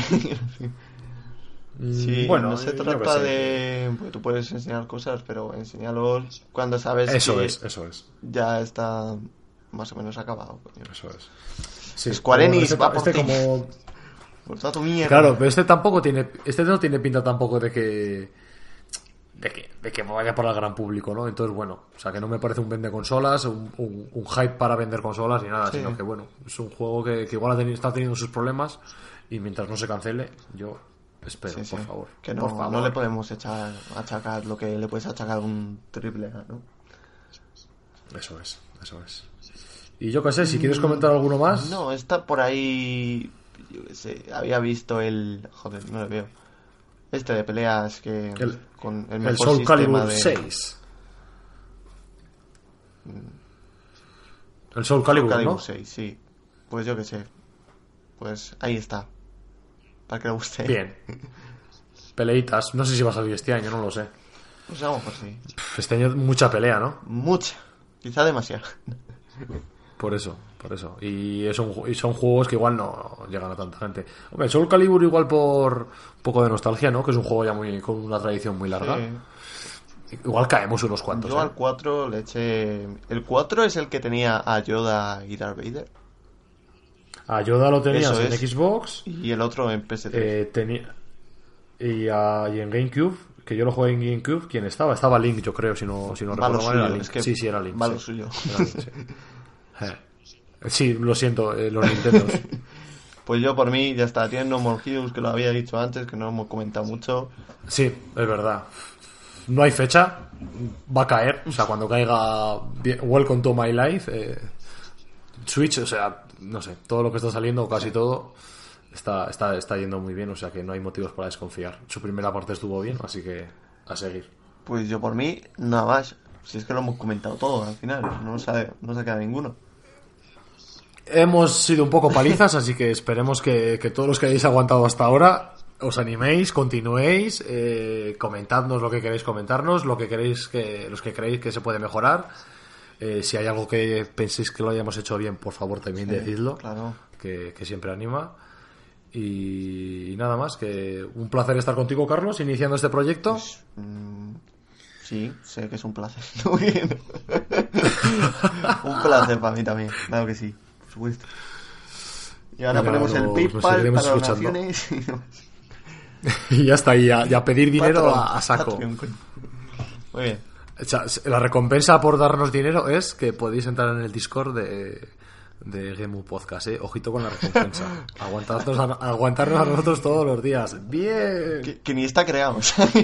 Sí, bueno, no se trata de... Pues tú puedes enseñar cosas, pero enséñalos cuando sabes eso que es. Ya está más o menos acabado. Coño. Eso es. Sí, Square Enix va por ti. Como... Por toda tu mierda. Claro, pero este no tiene pinta tampoco de que vaya para el gran público, ¿no? Entonces, bueno, o sea, que no me parece un vende consolas, un hype para vender consolas ni nada, sino que, bueno, es un juego que igual está teniendo sus problemas y mientras no se cancele, yo espero, por favor. Que no le podemos achacar lo que le puedes achacar a un AAA, ¿no? Eso es. Y yo qué sé, si quieres comentar alguno más. No, está por ahí, yo qué sé, había visto joder, no le veo. Este de peleas que con el mejor Soul Calibur de... 6. El Soul Calibur, ¿no? 6, sí. Pues yo qué sé. Pues ahí está. Para que le guste. Bien. Peleitas. No sé si va a salir este año, no lo sé. Pues a lo mejor sí. Este año mucha pelea, ¿no? Mucha. Quizá demasiado. Por eso. Y son juegos que igual no llegan a tanta gente. Hombre, el Soul Calibur igual por un poco de nostalgia, ¿no? Que es un juego ya con una tradición muy larga. Sí. Igual caemos unos cuantos. Yo al 4 le eché... El 4 es el que tenía a Yoda y Darth Vader. A Yoda lo tenías en Xbox. Y el otro en PS3. Y en GameCube, que yo lo jugué en GameCube, ¿quién estaba? Estaba Link, yo creo, si no recuerdo mal, era Link. Sí, era Link. Va lo suyo. Era Link, sí. Sí, lo siento, los Nintendos. Pues yo por mí ya está. Tienen No More Heroes, que lo había dicho antes, que no hemos comentado mucho. Sí, es verdad. No hay fecha, va a caer. O sea, cuando caiga Welcome to My Life, Switch, o sea, no sé, todo lo que está saliendo, casi todo, está yendo muy bien. O sea que no hay motivos para desconfiar. Su primera parte estuvo bien, así que a seguir. Pues yo por mí, nada más. Si es que lo hemos comentado todo al final, no se queda ninguno. Hemos sido un poco palizas, así que esperemos que todos los que hayáis aguantado hasta ahora os animéis, continuéis, comentadnos lo que queréis comentarnos, los que creéis que se puede mejorar. Si hay algo que penséis que lo hayamos hecho bien, por favor también decidlo, claro. que siempre anima. Y nada más, que un placer estar contigo, Carlos, iniciando este proyecto. Pues, sí, sé que es un placer. Muy bien. Un placer para mí también, claro que sí. Supuesto. Y ahora ponemos el PayPal para donaciones y ya está, ya pedir dinero a saco. Muy bien. O sea, la recompensa por darnos dinero es que podéis entrar en el Discord de Gemu Podcast, Ojito con la recompensa. Aguantarnos a nosotros todos los días. Bien. Que ni está creado.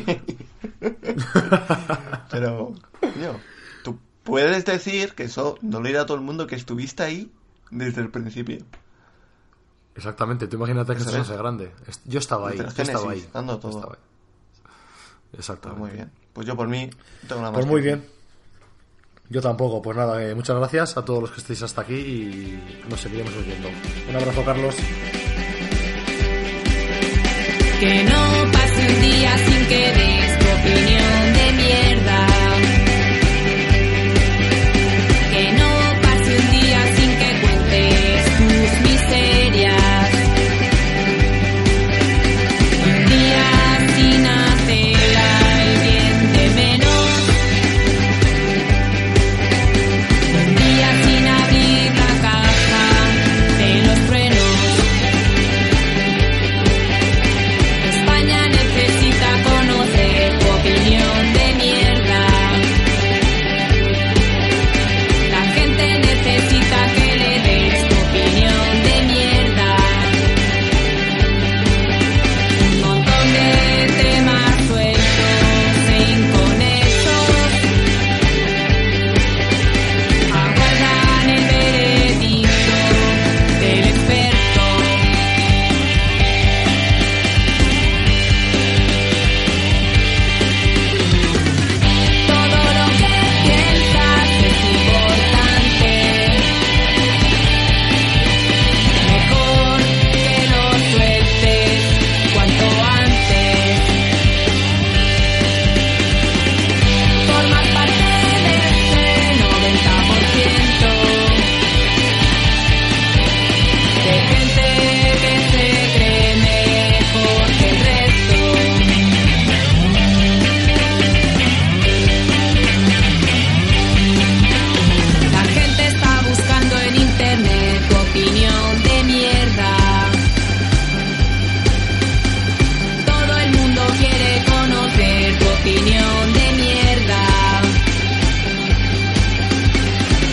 Pero tú puedes decir que eso no le dirá a todo el mundo, que estuviste ahí desde el principio. Exactamente, tú imagínate que esto es grande. Yo estaba ahí. Dando todo. Estaba ahí. Exactamente. Pues muy bien. Pues yo por mí no tengo nada más. Pues muy bien. Yo tampoco. Pues nada, muchas gracias a todos los que estéis hasta aquí y nos seguiremos oyendo. Un abrazo, Carlos. Que no pase un día sin que des tu opinión de mierda. Que no pase un día sin que cuentes tus miserias. Un día sin hacer al bien de menos. Un día sin abrir la caja de los truenos. España necesita conocer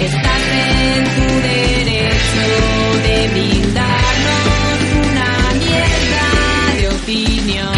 Estás en tu derecho de brindarnos una mierda de opinión.